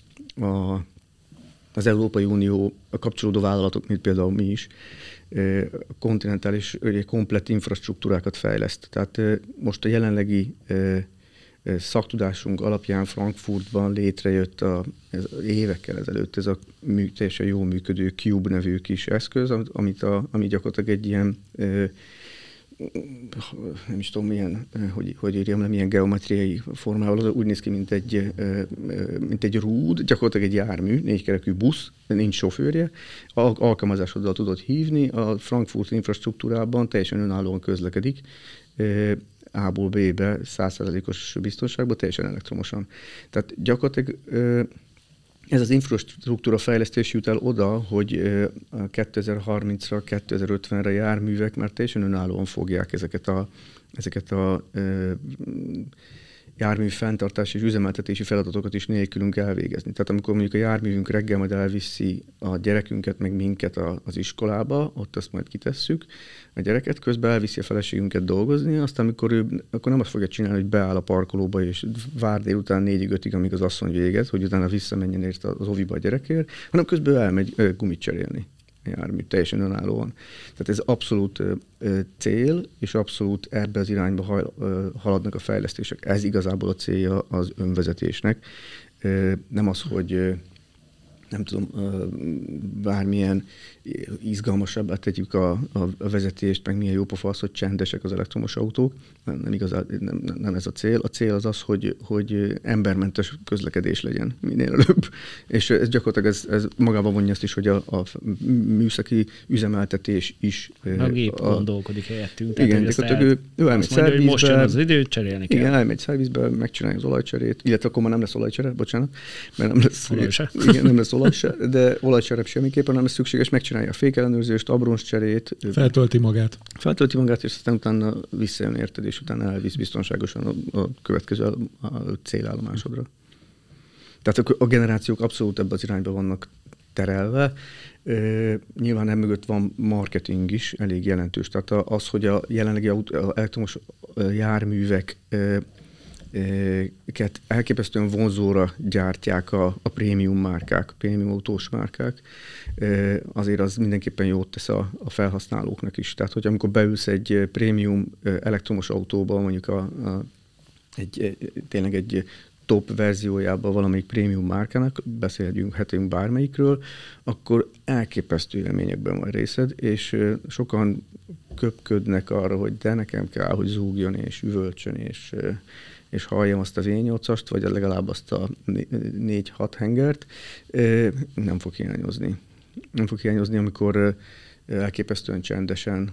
az Európai Unió, a kapcsolódó vállalatok, mint például mi is, kontinentális, komplett infrastruktúrákat fejleszt. Tehát most a jelenlegi szaktudásunk alapján Frankfurtban létrejött évekkel ezelőtt ez a teljesen jól működő Cube nevű kis eszköz, ami gyakorlatilag egy ilyen, nem is tudom milyen, hogy írjam le, milyen geometriai formával, úgy néz ki, mint egy rúd, gyakorlatilag egy jármű, 4 kerekű busz, nincs sofőrje, alkalmazásoddal tudod hívni, a Frankfurt infrastruktúrában teljesen önállóan közlekedik, A-ból B-be 100%-os biztonságban, teljesen elektromosan. Tehát gyakorlatilag ez az infrastruktúra fejlesztés jut el oda, hogy 2030-ra, 2050-re járművek már teljesen önállóan fogják ezeket a jármű fenntartási és üzemeltetési feladatokat is nélkülünk elvégezni. Tehát amikor mondjuk a járművünk reggel majd elviszi a gyerekünket, meg minket az iskolába, ott azt majd kitesszük, a gyereket közben elviszi a feleségünket dolgozni, aztán akkor nem azt fogja csinálni, hogy beáll a parkolóba és vár délután 4-5-ig, amíg az asszony végez, hogy utána visszamenjen érte az oviba a gyerekért, hanem közben elmegy gumit cserélni a jármű, teljesen önállóan. Tehát ez abszolút cél, és abszolút ebbe az irányba haladnak a fejlesztések. Ez igazából a célja az önvezetésnek. Nem az, hogy nem tudom, bármilyen izgalmasabbá tegyük a vezetést, meg milyen jópofa az, hogy csendesek az elektromos autók. Nem ez a cél. A cél az, hogy embermentes közlekedés legyen minél előbb. És ez gyakorlatilag ez magában vonja azt is, hogy a műszaki üzemeltetés is... A gép gondolkodik helyettünk. Igen, gyakorlatilag ő elmegy szervizbe. Most jön az idő, cserélni kell. Igen, elmegy szervizbe, megcsinálja az olajcserét, illetve akkor már nem lesz olajcsere, bocsánat, mert nem lesz olaj se. Igen, nem lesz olaj se, de olajcserep semmiképpen nem lesz szükséges, megcsinálja a fékellenőrzést, abroncserét. Feltölti magát, és aztán utána visszajön érted, és utána elvisz biztonságosan a következő célállomásodra. Tehát a generációk abszolút ebbe az irányba vannak terelve. Nyilván emögött van marketing is elég jelentős. Tehát az, hogy a jelenlegi elektromos járművek elképesztően vonzóra gyártják a prémium márkák, prémium autós márkák, azért az mindenképpen jót tesz a felhasználóknak is. Tehát, hogy amikor beülsz egy prémium elektromos autóba, mondjuk tényleg egy top verziójában valamelyik prémium márkának, beszélhetünk bármelyikről, akkor elképesztő élményekben van részed, és sokan köpködnek arra, hogy de nekem kell, hogy zúgjon és üvölcsön, és halljam azt a V8-ast, vagy legalább azt a 4-6 hengert, nem fog hiányozni. Nem fog hiányozni, amikor elképesztően csendesen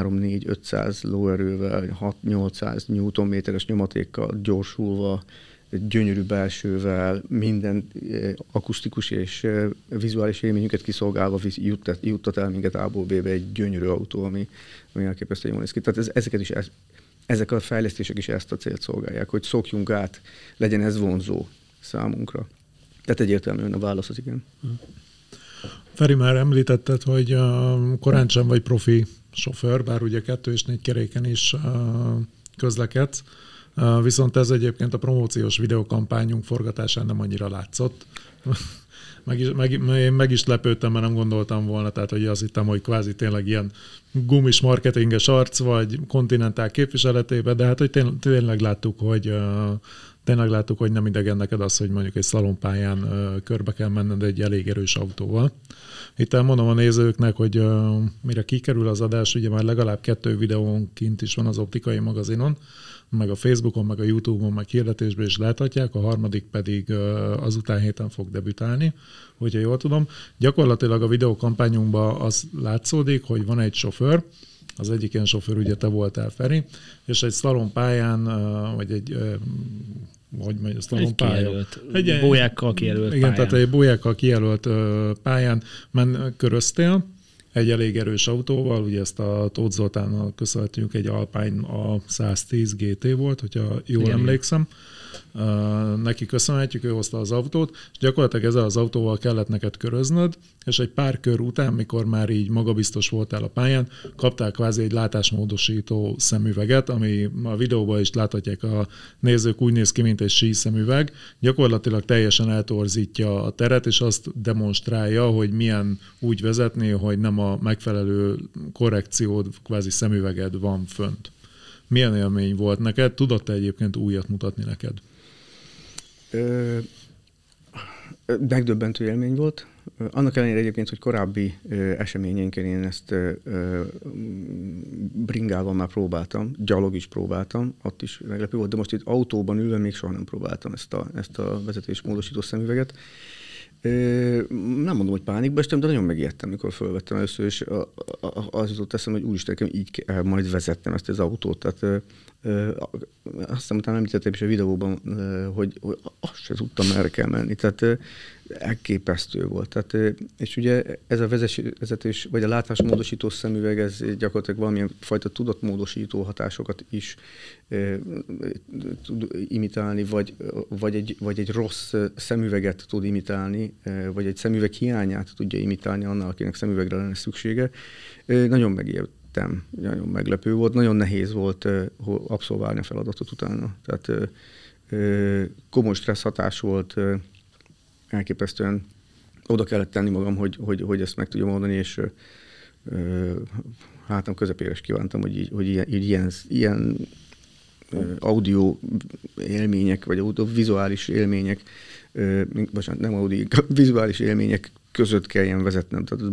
3-4-500 lóerővel, 6-800 Newtonméteres nyomatékkal gyorsulva gyönyörű belsővel, minden akusztikus és vizuális élményünket kiszolgálva juttat el minket A-ból B-be egy gyönyörű autó, ami elképesztően jól néz ki. Tehát ezek a fejlesztések is ezt a célt szolgálják, hogy szokjunk át, legyen ez vonzó számunkra. Tehát egyértelműen a válasz az igen. Feri, már említetted, hogy korán sem vagy profi sofőr, bár ugye 2 és 4 keréken is közlekedsz, viszont ez egyébként a promóciós videókampányunk forgatásán nem annyira látszott. Meg is lepődtem, mert nem gondoltam volna, tehát hogy azt hittem, hogy kvázi tényleg ilyen gumis marketinges arc, vagy kontinentál képviseletében, de hát hogy tényleg láttuk, hogy nem idegen neked az, hogy mondjuk egy szalonpályán körbe kell menned egy elég erős autóval. Itt elmondom a nézőknek, hogy mire kikerül az adás, ugye már legalább 2 videón kint is van az Optikai magazinon, meg a Facebookon, meg a YouTube-on, meg hirdetésben is láthatják, a harmadik pedig azután héten fog debütálni, hogyha jól tudom. Gyakorlatilag a videókampányunkban az látszódik, hogy van egy sofőr, az egyik ilyen sofőr ugye te voltál, Feri, és egy szalonpályán, vagy egy szalonpálya. Egy bójákkal kijelölt igen, pályán. Tehát egy bójákkal kijelölt pályán köröztél, egy elég erős autóval, ugye ezt a Tóth Zoltánnal köszönhetjük, egy Alpine A110 GT volt, hogyha jól emlékszem. Neki köszönhetjük, ő hozta az autót, és gyakorlatilag ezzel az autóval kellett neked köröznöd, és egy pár kör után, mikor már így magabiztos voltál a pályán, kaptál kvázi egy látásmódosító szemüveget, ami a videóban is láthatják a nézők, úgy néz ki, mint egy síszemüveg. Gyakorlatilag teljesen eltorzítja a teret, és azt demonstrálja, hogy milyen úgy vezetni, hogy nem a megfelelő korrekciód, kvázi szemüveged van fönt. Milyen élmény volt neked? Tudod-e egyébként újat mutatni neked? Megdöbbentő élmény volt. Annak ellenére egyébként, hogy korábbi eseményeinken én ezt bringával már próbáltam, gyalog is próbáltam, ott is meglepő volt, de most itt autóban ülve még soha nem próbáltam ezt a vezetésmódosító szemüveget. Nem mondom, hogy pánikba estem, de nagyon megijedtem, mikor felvettem először, és az jutott eszembe, hogy úristen, nekem így kell majd vezettem ezt az autót. Tehát aztán utána említettem is a videóban, hogy azt sem tudtam, merre kell menni. Tehát elképesztő volt. Tehát, és ugye ez a vezetés, vagy a látásmódosító szemüveg, ez gyakorlatilag valamilyen fajta tudatmódosító hatásokat is tud imitálni, vagy egy rossz szemüveget tud imitálni, vagy egy szemüveg hiányát tudja imitálni annak, akinek szemüvegre lenne szüksége. Nagyon megijedtem, nagyon meglepő volt, nagyon nehéz volt abszolválni a feladatot utána. Tehát komoly stressz hatás volt, elképesztően oda kellett tenni magam, hogy ezt meg tudjam oldani, és hátam közepére is kívántam, hogy ilyen audio élmények, vagy vizuális élmények, bocsánat, nem audio, vizuális élmények között kelljen vezetnem. Tehát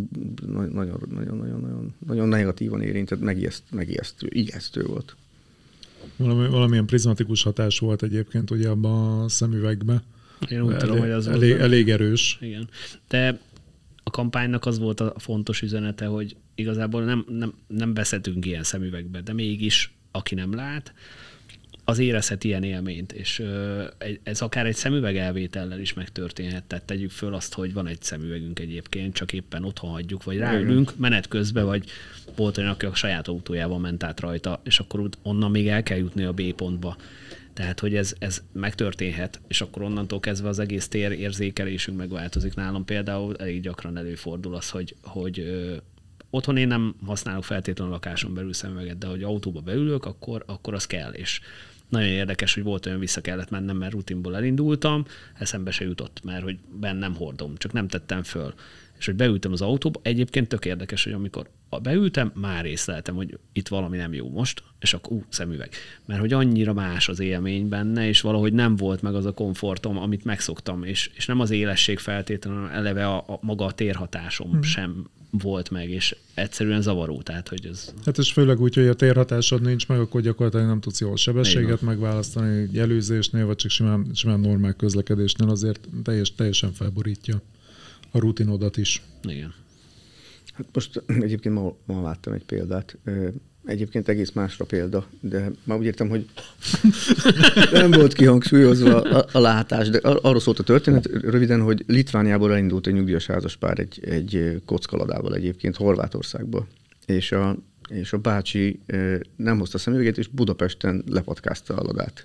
nagyon negatívan érintett, ijesztő volt. Valamilyen prizmatikus hatás volt egyébként ugye abban a szemüvegben. Én úgy tudom, hogy az elég erős. Igen. De a kampánynak az volt a fontos üzenete, hogy igazából nem beszéltünk ilyen szemüvegbe, de mégis, aki nem lát, az érezhet ilyen élményt, és ez akár egy szemüveg elvétellel is megtörténhet. Tehát tegyük föl azt, hogy van egy szemüvegünk egyébként, csak éppen otthon hagyjuk, vagy ráülünk menet közben, vagy volt olyan, aki a saját autójával ment át rajta, és akkor onnan még el kell jutni a B pontba. Tehát, hogy ez megtörténhet, és akkor onnantól kezdve az egész térérzékelésünk megváltozik. Nálam például elég gyakran előfordul az, hogy otthon én nem használok feltétlenül a lakáson belül szemüveget, de hogy autóba beülök, akkor az kell, és nagyon érdekes, hogy volt olyan, vissza kellett mennem, mert rutinból elindultam, eszembe se jutott, mert hogy bennem hordom, csak nem tettem föl. És hogy beültem az autóba, egyébként tök érdekes, hogy amikor beültem, már észleltem, hogy itt valami nem jó most, és akkor szemüveg. Mert hogy annyira más az élmény benne, és valahogy nem volt meg az a komfortom, amit megszoktam, és nem az élesség feltétlenül, eleve maga a térhatásom sem volt meg, és egyszerűen zavaró, tehát hogy ez... Hát és főleg úgy, hogy a térhatásod nincs meg, akkor gyakorlatilag nem tudsz jól sebességet megválasztani, egy előzésnél, vagy csak simán normál közlekedésnél azért teljesen felborítja a rutinodat is. Igen. Hát most egyébként ma láttam egy példát. egyébként egész másra példa, de már úgy értem, hogy nem volt kihangsúlyozva a látás, de arról szólt a történet röviden, hogy Litvániából elindult egy nyugdíjas házaspár egy kockaladával egyébként Horvátországba, és a bácsi nem hozta szemüveget, és Budapesten lepatkázta a ladát.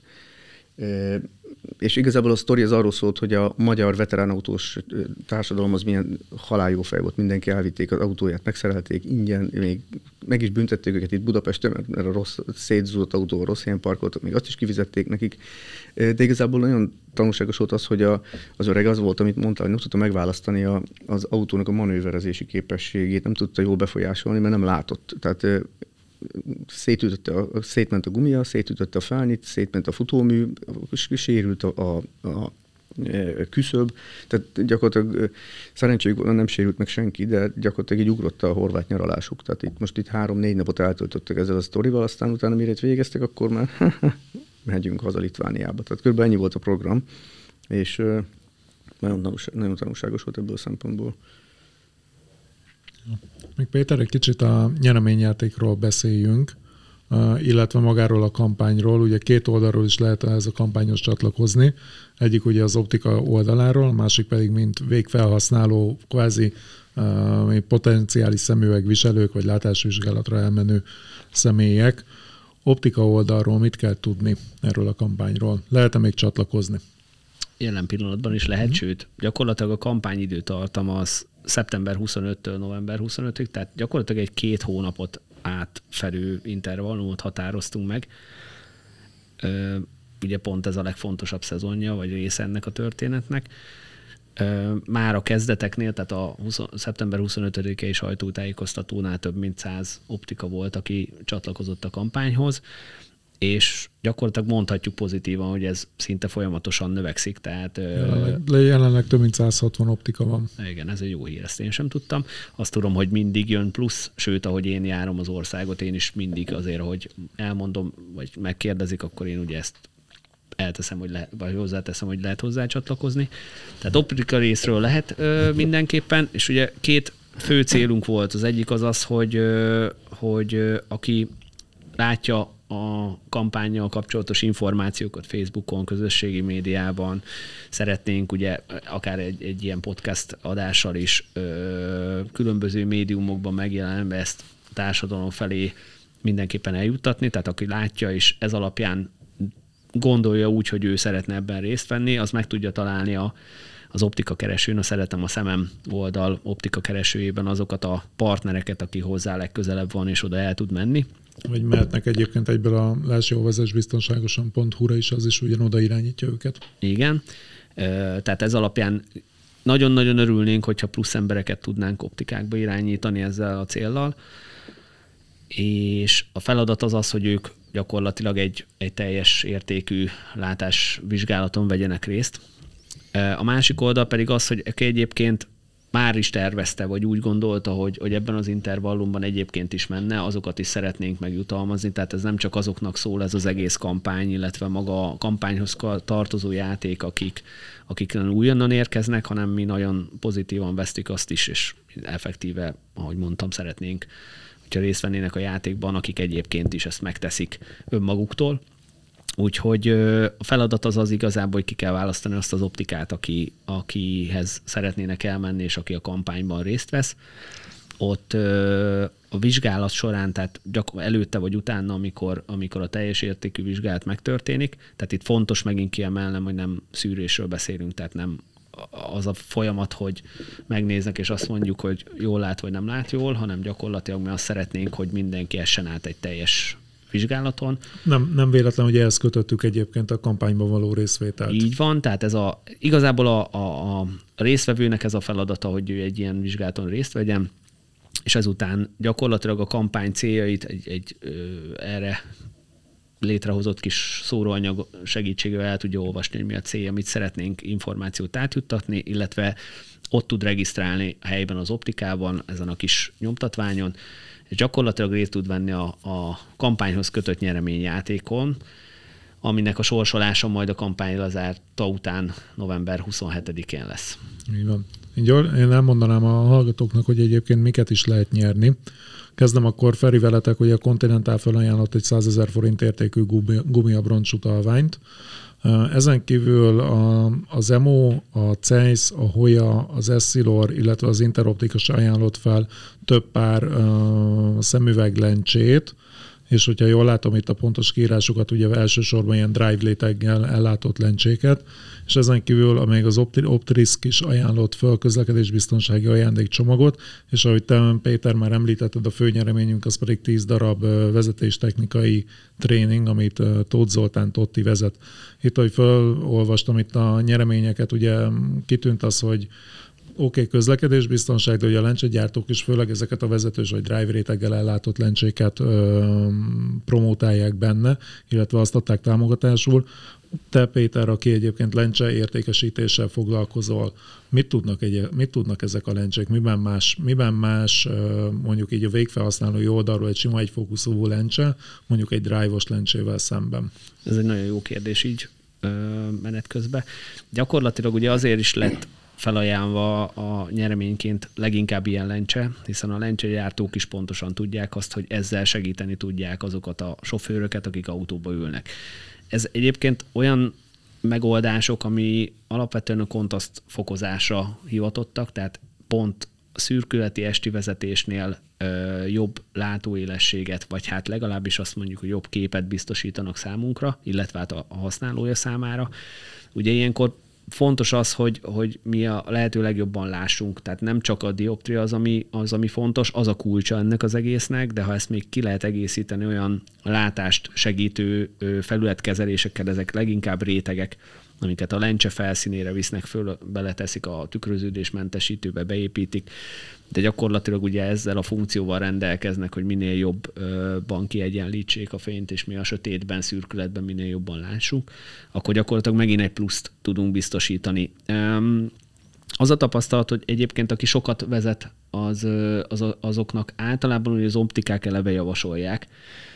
És igazából a sztori az arról szólt, hogy a magyar veteránautós társadalom az milyen halálljó fej volt, mindenki elvitték az autóját, megszerelték ingyen, még meg is büntették őket itt Budapesten, mert a rossz, szétzúzott autó, rossz helyen parkoltak, még azt is kifizették nekik. De igazából nagyon tanulságos volt az, hogy az öreg az volt, amit mondta, hogy nem tudta megválasztani az autónak a manőverezési képességét, nem tudta jól befolyásolni, mert nem látott. Tehát szétment a gumia, szétütötte a felnyit, szétment a futómű, sérült a küszöb, tehát gyakorlatilag szerencséjük nem sérült meg senki, de gyakorlatilag így ugrott a horvát nyaralásuk. Tehát itt 3-4 napot eltöltöttek ezzel a sztorival, aztán utána mire végeztek, akkor már megyünk haza Litvániába. Tehát kb. Ennyi volt a program, és nagyon tanulságos volt ebből a szempontból. Még Péter, egy kicsit a nyereményjátékról beszéljünk, illetve magáról a kampányról. Ugye két oldalról is lehet ehhez a kampányhoz csatlakozni. Egyik ugye az optika oldaláról, a másik pedig mint végfelhasználó, kvázi potenciális szemüvegviselők, vagy látásvizsgálatra elmenő személyek. Optika oldalról mit kell tudni erről a kampányról? Lehet-e még csatlakozni? Jelen pillanatban is lehet, sőt, gyakorlatilag a kampány időtartama az szeptember 25-től november 25-ig, tehát gyakorlatilag egy 2 hónapot átfelő intervallumot határoztunk meg. Ugye pont ez a legfontosabb szezonja, vagy része ennek a történetnek. Már a kezdeteknél, tehát a szeptember 25-i sajtótájékoztatónál több mint 100 optika volt, aki csatlakozott a kampányhoz, és gyakorlatilag mondhatjuk pozitívan, hogy ez szinte folyamatosan növekszik. Tehát, jelenleg több mint 160 optika van. Igen, ez egy jó hír, ezt én sem tudtam. Azt tudom, hogy mindig jön plusz, sőt, ahogy én járom az országot, én is mindig azért, hogy elmondom, vagy megkérdezik, akkor én ugye ezt elteszem, vagy hozzáteszem, hogy lehet hozzá csatlakozni. Tehát optika részről lehet mindenképpen, és ugye 2 fő célunk volt. Az egyik az, hogy aki látja a kampánnyal kapcsolatos információkat Facebookon, közösségi médiában, szeretnénk ugye akár egy ilyen podcast adással is különböző médiumokban megjelenve ezt a társadalom felé mindenképpen eljuttatni, tehát aki látja és ez alapján gondolja úgy, hogy ő szeretne ebben részt venni, az meg tudja találni az optika keresőn, a Szeretem a szemem oldal optika keresőjében azokat a partnereket, aki hozzá legközelebb van, és oda el tud menni. Vagy mehetnek egyébként egyből a lásd-jól-vezess-biztonságosan.hu-ra is, az is ugyanoda irányítja őket. Igen, tehát ez alapján nagyon-nagyon örülnénk, hogyha plusz embereket tudnánk optikákba irányítani ezzel a céllal, és a feladat az, hogy ők gyakorlatilag egy teljes értékű látásvizsgálaton vegyenek részt. A másik oldal pedig az, hogy egyébként már is tervezte, vagy úgy gondolta, hogy ebben az intervallumban egyébként is menne, azokat is szeretnénk megjutalmazni, tehát ez nem csak azoknak szól ez az egész kampány, illetve maga a kampányhoz tartozó játék, akik újonnan érkeznek, hanem mi nagyon pozitívan vesztük azt is, és effektíve, ahogy mondtam, szeretnénk, hogyha részt vennének a játékban, akik egyébként is ezt megteszik önmaguktól. Úgyhogy a feladat az igazából, hogy ki kell választani azt az optikát, akihez szeretnének elmenni, és aki a kampányban részt vesz. Ott a vizsgálat során, tehát előtte vagy utána, amikor a teljes értékű vizsgálat megtörténik, tehát itt fontos megint kiemelnem, hogy nem szűrésről beszélünk, tehát nem az a folyamat, hogy megnéznek, és azt mondjuk, hogy jól lát, vagy nem lát jól, hanem gyakorlatilag mi azt szeretnénk, hogy mindenki essen át egy teljes vizsgálaton. Nem véletlen, hogy ehhez kötöttük egyébként a kampányban való részvételt. Így van, tehát igazából a résztvevőnek ez a feladata, hogy ő egy ilyen vizsgálaton részt vegyen, és ezután gyakorlatilag a kampány céljait egy erre létrehozott kis szóróanyag segítségével el tudja olvasni, hogy mi a célja, mit szeretnénk információt átjuttatni, illetve ott tud regisztrálni a helyben az optikában, ezen a kis nyomtatványon, és gyakorlatilag részt tud venni a kampányhoz kötött nyereményjátékon, aminek a sorsolása majd a kampány lezárta után november 27-én lesz. Így van. Én elmondanám a hallgatóknak, hogy egyébként miket is lehet nyerni. Kezdem akkor Feri veletek, hogy a Continental felajánlott egy 100 000 forint értékű gumiabroncs utalványt. Ezen kívül az EMO, a Zeiss, a Hoya, az Essilor, illetve az Interoptikus ajánlott fel több pár szemüveglencsét, és hogyha jól látom itt a pontos kiírásokat, ugye elsősorban ilyen drive léteggel ellátott lencséket, és ezen kívül még az Optrisk is ajánlott föl közlekedésbiztonsági ajándékcsomagot, és ahogy te, Péter, már említetted, a főnyereményünk az pedig 10 darab vezetéstechnikai tréning, amit Tóth Zoltán Totti vezet. Itt, ahogy felolvastam itt a nyereményeket, ugye kitűnt az, hogy közlekedésbiztonság, de ugye a lencsegyártók is főleg ezeket a vezetős vagy drive réteggel ellátott lencséket promótálják benne, illetve azt adták támogatásul. Te, Péter, aki egyébként lencse értékesítéssel foglalkozol, mit tudnak ezek a lencsék? Miben más mondjuk így a végfelhasználói oldalról egy sima egyfókuszú lencse, mondjuk egy drive-os lencsével szemben? Ez egy nagyon jó kérdés így menet közben. Gyakorlatilag ugye azért is lett felajánlva a nyereményként leginkább ilyen lencse, hiszen a lencsegyártók is pontosan tudják azt, hogy ezzel segíteni tudják azokat a sofőröket, akik autóba ülnek. Ez egyébként olyan megoldások, ami alapvetően a kontraszt fokozásra hivatottak, tehát pont szürkületi esti vezetésnél jobb látóélességet, vagy hát legalábbis azt mondjuk, hogy jobb képet biztosítanak számunkra, illetve hát a használója számára. Ugye ilyenkor fontos az, hogy mi a lehető legjobban lássunk, tehát nem csak a dioptria az, ami fontos, az a kulcsa ennek az egésznek, de ha ezt még ki lehet egészíteni olyan látást segítő felületkezelésekkel, ezek leginkább rétegek, amiket a lencse felszínére visznek föl, beleteszik a tükröződésmentesítőbe, beépítik, de gyakorlatilag ugye ezzel a funkcióval rendelkeznek, hogy minél jobban kiegyenlítsék a fényt, és mi a sötétben, szürkületben minél jobban lássunk, akkor gyakorlatilag megint egy pluszt tudunk biztosítani. Az a tapasztalat, hogy egyébként aki sokat vezet, azoknak általában ugye az optikák eleve javasolják,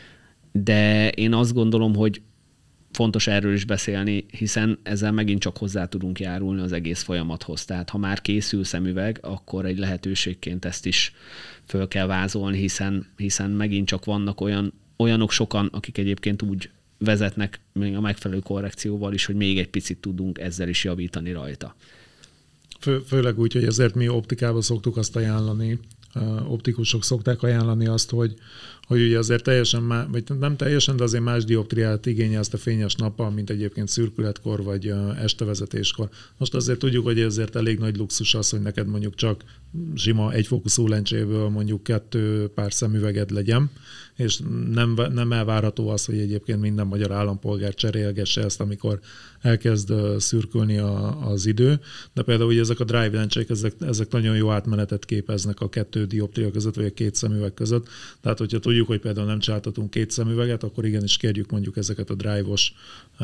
de én azt gondolom, hogy fontos erről is beszélni, hiszen ezzel megint csak hozzá tudunk járulni az egész folyamathoz. Tehát ha már készül szemüveg, akkor egy lehetőségként ezt is föl kell vázolni, hiszen megint csak vannak olyanok sokan, akik egyébként úgy vezetnek még a megfelelő korrekcióval is, hogy még egy picit tudunk ezzel is javítani rajta. Főleg úgy, hogy ezért mi optikában szoktuk azt ajánlani, optikusok szokták ajánlani azt, hogy ugye azért teljesen, vagy nem teljesen, de azért más dioptriát igényel ezt a fényes nappal, mint egyébként szürkületkor, vagy estevezetéskor. Most azért tudjuk, hogy ezért elég nagy luxus az, hogy neked mondjuk csak sima egyfókuszú lencséből mondjuk 2 pár szemüveged legyen, és nem elvárható az, hogy egyébként minden magyar állampolgár cserélgesse ezt, amikor elkezd szürkülni az idő. De például ugye ezek a drive lencsék, ezek nagyon jó átmenetet képeznek a 2 dioptria között, vagy a 2 szemüveg között. Tehát, hogyha tudjuk, hogy például nem csináltatunk 2 szemüveget, akkor igenis kérjük mondjuk ezeket a drive-os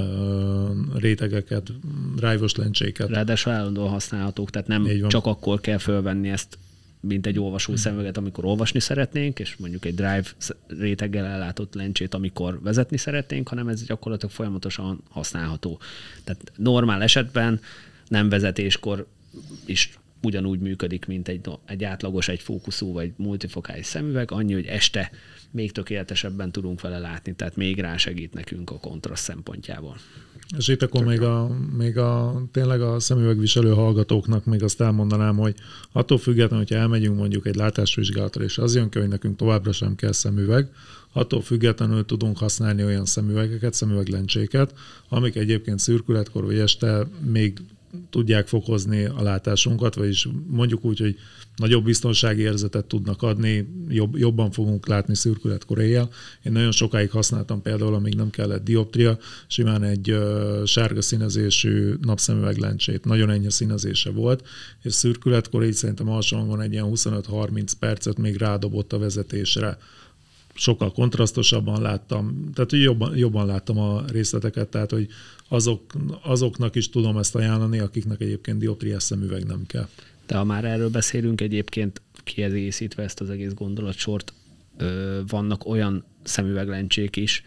rétegeket, drive-os lencséket. Ráadásul állandóan használhatók, tehát nem csak akkor kell fölvenni ezt, mint egy olvasó szemüveget, amikor olvasni szeretnénk, és mondjuk egy drive réteggel ellátott lencsét, amikor vezetni szeretnénk, hanem ez gyakorlatilag folyamatosan használható. Tehát normál esetben nem vezetéskor is ugyanúgy működik, mint egy átlagos egyfókuszú vagy multifokális szemüveg, annyi, hogy este még tökéletesebben tudunk vele látni, tehát még rá segít nekünk a kontraszt szempontjából. És itt akkor még tényleg a szemüvegviselő hallgatóknak még azt elmondanám, hogy attól függetlenül, hogyha elmegyünk mondjuk egy látásvizsgálatra, és az jön ki, hogy nekünk továbbra sem kell szemüveg, attól függetlenül tudunk használni olyan szemüvegeket, szemüveglencséket, amik egyébként szürkületkor vagy este még tudják fokozni a látásunkat, vagyis mondjuk úgy, hogy nagyobb biztonsági érzetet tudnak adni, jobban fogunk látni szürkületkor éjjel. Én nagyon sokáig használtam például, amíg nem kellett dioptria, simán egy sárga színezésű napszemüveglencsét. Nagyon ennyi színezése volt, és szürkületkor így szerintem alsóhangon egy ilyen 25-30 percet még rádobott a vezetésre. Sokkal kontrasztosabban láttam, tehát jobban láttam a részleteket, tehát hogy azoknak is tudom ezt ajánlani, akiknek egyébként dioptriás szemüveg nem kell. De ha már erről beszélünk, egyébként kiegészítve ezt az egész gondolatsort, vannak olyan szemüveglencsék is,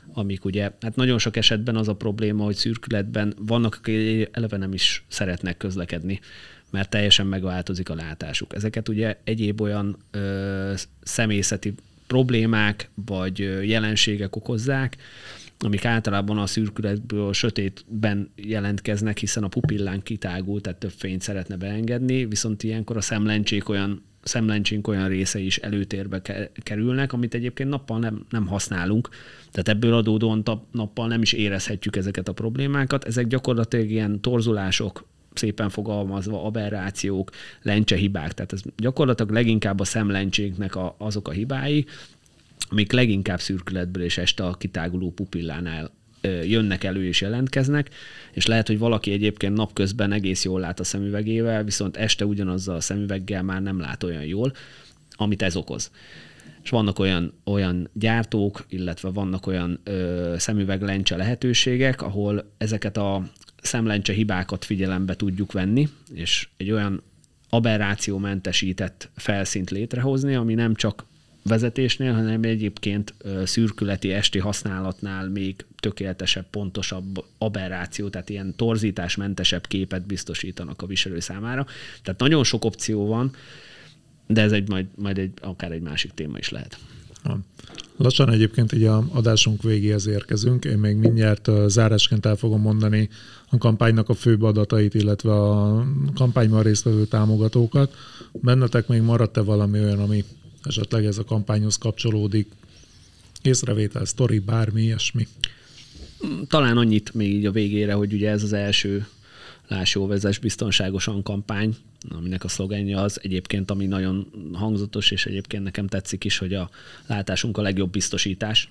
amik ugye, hát nagyon sok esetben az a probléma, hogy szürkületben vannak, akik eleve nem is szeretnek közlekedni, mert teljesen megváltozik a látásuk. Ezeket ugye egyéb olyan személyzeti problémák vagy jelenségek okozzák, amik általában a szürkületből sötétben jelentkeznek, hiszen a pupillán kitágul, tehát több fényt szeretne beengedni, viszont ilyenkor a szemlencsénk olyan részei is előtérbe kerülnek, amit egyébként nappal nem használunk, tehát ebből adódóan nappal nem is érezhetjük ezeket a problémákat. Ezek gyakorlatilag ilyen torzulások, szépen fogalmazva, aberrációk, lencsehibák, tehát ez gyakorlatilag leginkább a szemlencsénknek azok a hibái, amik leginkább szürkületből és este a kitáguló pupillánál jönnek elő és jelentkeznek, és lehet, hogy valaki egyébként napközben egész jól lát a szemüvegével, viszont este ugyanazzal a szemüveggel már nem lát olyan jól, amit ez okoz. És vannak olyan gyártók, illetve vannak olyan szemüveglencse lehetőségek, ahol ezeket a szemlencse hibákat figyelembe tudjuk venni, és egy olyan aberrációmentesített felszínt létrehozni, ami nem csak vezetésnél, hanem egyébként szürkületi esti használatnál még tökéletesebb, pontosabb aberráció, tehát ilyen torzításmentesebb képet biztosítanak a viselő számára. Tehát nagyon sok opció van, de ez akár egy másik téma is lehet. Lassan egyébként így a adásunk végéhez érkezünk. Én még mindjárt zárásként el fogom mondani a kampánynak a főbb adatait, illetve a kampányban résztvevő támogatókat. Bennetek még maradt-e valami olyan, ami esetleg ez a kampányhoz kapcsolódik? Észrevétel, sztori, bármi ilyesmi? Talán annyit még így a végére, hogy ugye ez az első Láss jól, vezess biztonságosan kampány, aminek a szlogenje az egyébként, ami nagyon hangzatos, és egyébként nekem tetszik is, hogy a látásunk a legjobb biztosítás.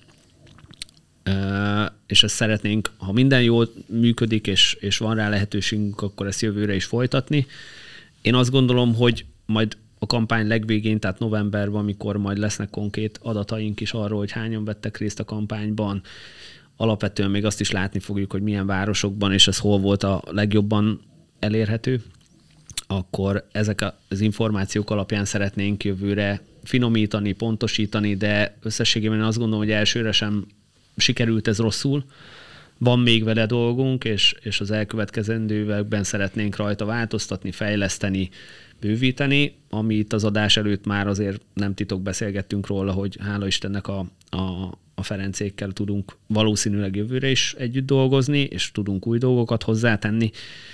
És ezt szeretnénk, ha minden jól működik, és van rá lehetőségünk, akkor ezt jövőre is folytatni. Én azt gondolom, hogy majd a kampány legvégén, tehát novemberben, amikor majd lesznek konkrét adataink is arról, hogy hányan vettek részt a kampányban, alapvetően még azt is látni fogjuk, hogy milyen városokban, és ez hol volt a legjobban elérhető, akkor ezek az információk alapján szeretnénk jövőre finomítani, pontosítani, de összességében azt gondolom, hogy elsőre sem sikerült ez rosszul. Van még vele dolgunk, és az elkövetkezendő években szeretnénk rajta változtatni, fejleszteni, bővíteni, ami itt az adás előtt már azért nem titok, beszélgettünk róla, hogy hála Istennek a Ferencékkel tudunk valószínűleg jövőre is együtt dolgozni, és tudunk új dolgokat hozzátenni.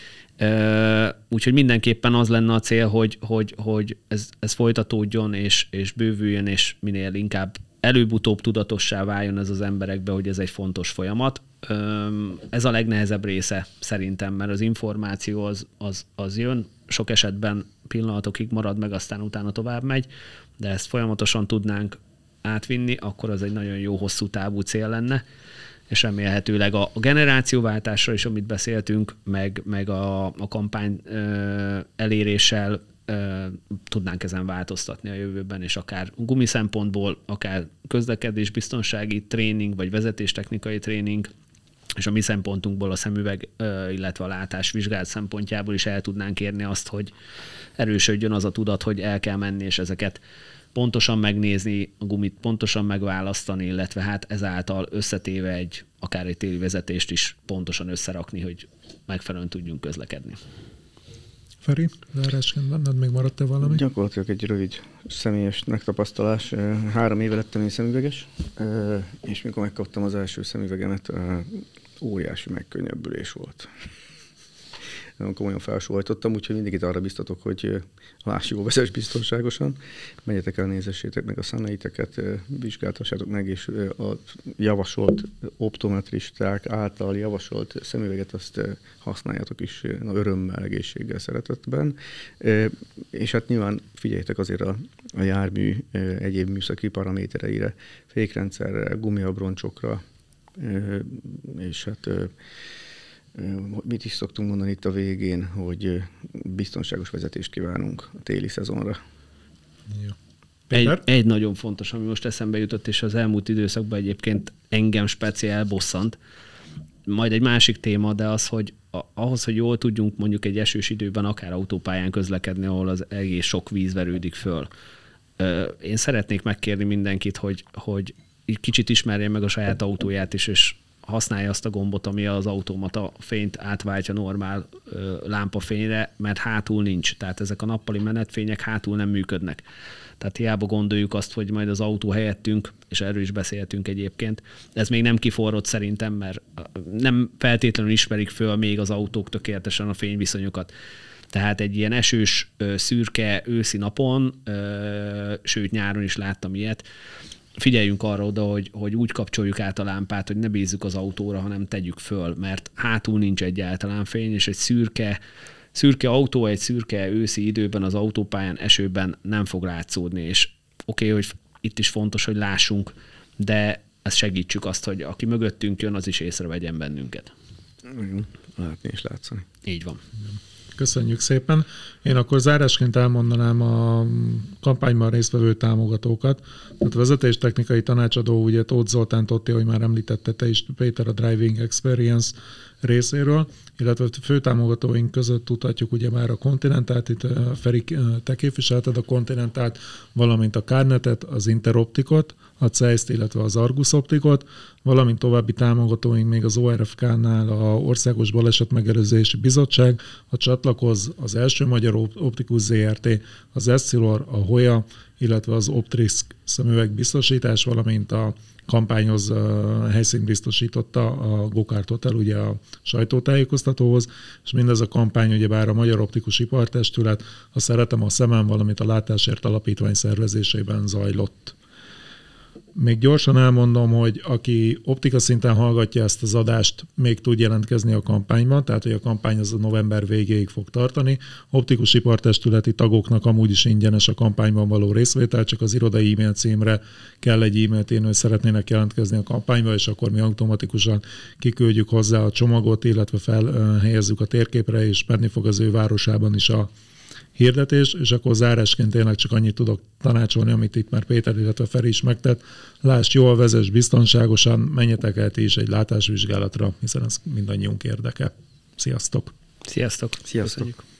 Úgyhogy mindenképpen az lenne a cél, hogy ez folytatódjon, és bővüljön, és minél inkább előbb-utóbb tudatossá váljon ez az emberekbe, hogy ez egy fontos folyamat. Ez a legnehezebb része szerintem, mert az információ az jön, sok esetben pillanatokig marad meg, aztán utána tovább megy, de ezt folyamatosan tudnánk átvinni, akkor az egy nagyon jó hosszú távú cél lenne, és remélhetőleg a generációváltásra is, amit beszéltünk, meg a kampány eléréssel tudnánk ezen változtatni a jövőben, és akár gumi szempontból, akár közlekedésbiztonsági tréning, vagy vezetéstechnikai tréning, és a mi szempontunkból a szemüveg, illetve a látás vizsgálat szempontjából is el tudnánk érni azt, hogy erősödjön az a tudat, hogy el kell menni, és ezeket pontosan megnézni, a gumit pontosan megválasztani, illetve hát ezáltal összetéve akár egy téli vezetést is pontosan összerakni, hogy megfelelően tudjunk közlekedni. Feri, zárásként benned még maradt-e valami? Gyakorlatilag egy rövid személyes megtapasztalás. 3 éve lettem én szemüveges, és mikor megkaptam az első szemüvegemet, óriási megkönnyebbülés volt. Nagyon komolyan felsóhajtottam, úgyhogy mindenkit arra biztatok, hogy láss jól, vezess biztonságosan. Menjetek el, nézessétek meg a szemeiteket, vizsgáltassátok meg, és a javasolt optometristák által javasolt szemüveget azt használjátok is örömmel, egészséggel, szeretetben. És hát nyilván figyeljetek azért a jármű egyéb műszaki paramétereire, fékrendszerre, gumiabroncsokra, és hát mit is szoktunk mondani itt a végén, hogy biztonságos vezetést kívánunk a téli szezonra. Jó. Egy nagyon fontos, ami most eszembe jutott, és az elmúlt időszakban egyébként engem speciál bosszant. Majd egy másik téma, de az, hogy ahhoz, hogy jól tudjunk mondjuk egy esős időben akár autópályán közlekedni, ahol az egész sok víz verődik föl. Én szeretnék megkérni mindenkit, hogy így kicsit ismerje meg a saját autóját is, és használja azt a gombot, ami az automata fényt átváltja normál lámpafényre, mert hátul nincs. Tehát ezek a nappali menetfények hátul nem működnek. Tehát hiába gondoljuk azt, hogy majd az autó helyettünk, és erről is beszéltünk egyébként, ez még nem kiforrott szerintem, mert nem feltétlenül ismerik föl még az autók tökéletesen a fényviszonyokat. Tehát egy ilyen esős, szürke őszi napon, sőt nyáron is láttam ilyet, figyeljünk arra oda, hogy úgy kapcsoljuk át a lámpát, hogy ne bízzuk az autóra, hanem tegyük föl, mert hátul nincs egyáltalán fény, és egy szürke autó, egy szürke őszi időben az autópályán, esőben nem fog látszódni, és oké, hogy itt is fontos, hogy lássunk, de ezt segítsük azt, hogy aki mögöttünk jön, az is észrevegyen bennünket. Látni és látszani. Így van. Köszönjük szépen. Én akkor zárásként elmondanám a kampányban résztvevő támogatókat. Tehát a vezetéstechnikai tanácsadó, ugye Tóth Zoltán Totti, ahogy már említette te is, Péter a Driving Experience részéről, illetve főtámogatóink között tudhatjuk ugye már a Continentalt, itt Feri, te képviselted a Continentalt, valamint a Carnetet, az Interoptikot, a Zeiss-t, illetve az Argus Optikot, valamint további támogatóink még az ORFK-nál a Országos Balesetmegelőzési Bizottság, a Csatlakoz, az Első Magyar Optikus ZRT, az Essilor, a Hoya, illetve az Optrisk szemüvegbiztosítás, valamint a kampányhoz helyszínt biztosította a Go-Kart Hotel, ugye a sajtótájékoztatóhoz, és mindez a kampány ugyebár a Magyar Optikus Ipartestület, a Szeretem a szemem, valamint a Látásért Alapítvány szervezésében zajlott. Még gyorsan elmondom, hogy aki optika szinten hallgatja ezt az adást, még tud jelentkezni a kampányban, tehát hogy a kampány az a november végéig fog tartani. Optikus ipartestületi tagoknak amúgy is ingyenes a kampányban való részvétel, csak az irodai e-mail címre kell egy e-mailt írni, hogy szeretnének jelentkezni a kampányba, és akkor mi automatikusan kiküldjük hozzá a csomagot, illetve felhelyezzük a térképre, és menni fog az ő városában is a hirdetés, és akkor zárásként tényleg csak annyit tudok tanácsolni, amit itt már Péter, illetve Feri is megtett. Lásd jól, vezess biztonságosan, menjetek el ti is egy látásvizsgálatra, hiszen ez mindannyiunk érdeke. Sziasztok! Sziasztok! Sziasztok! Köszönjük.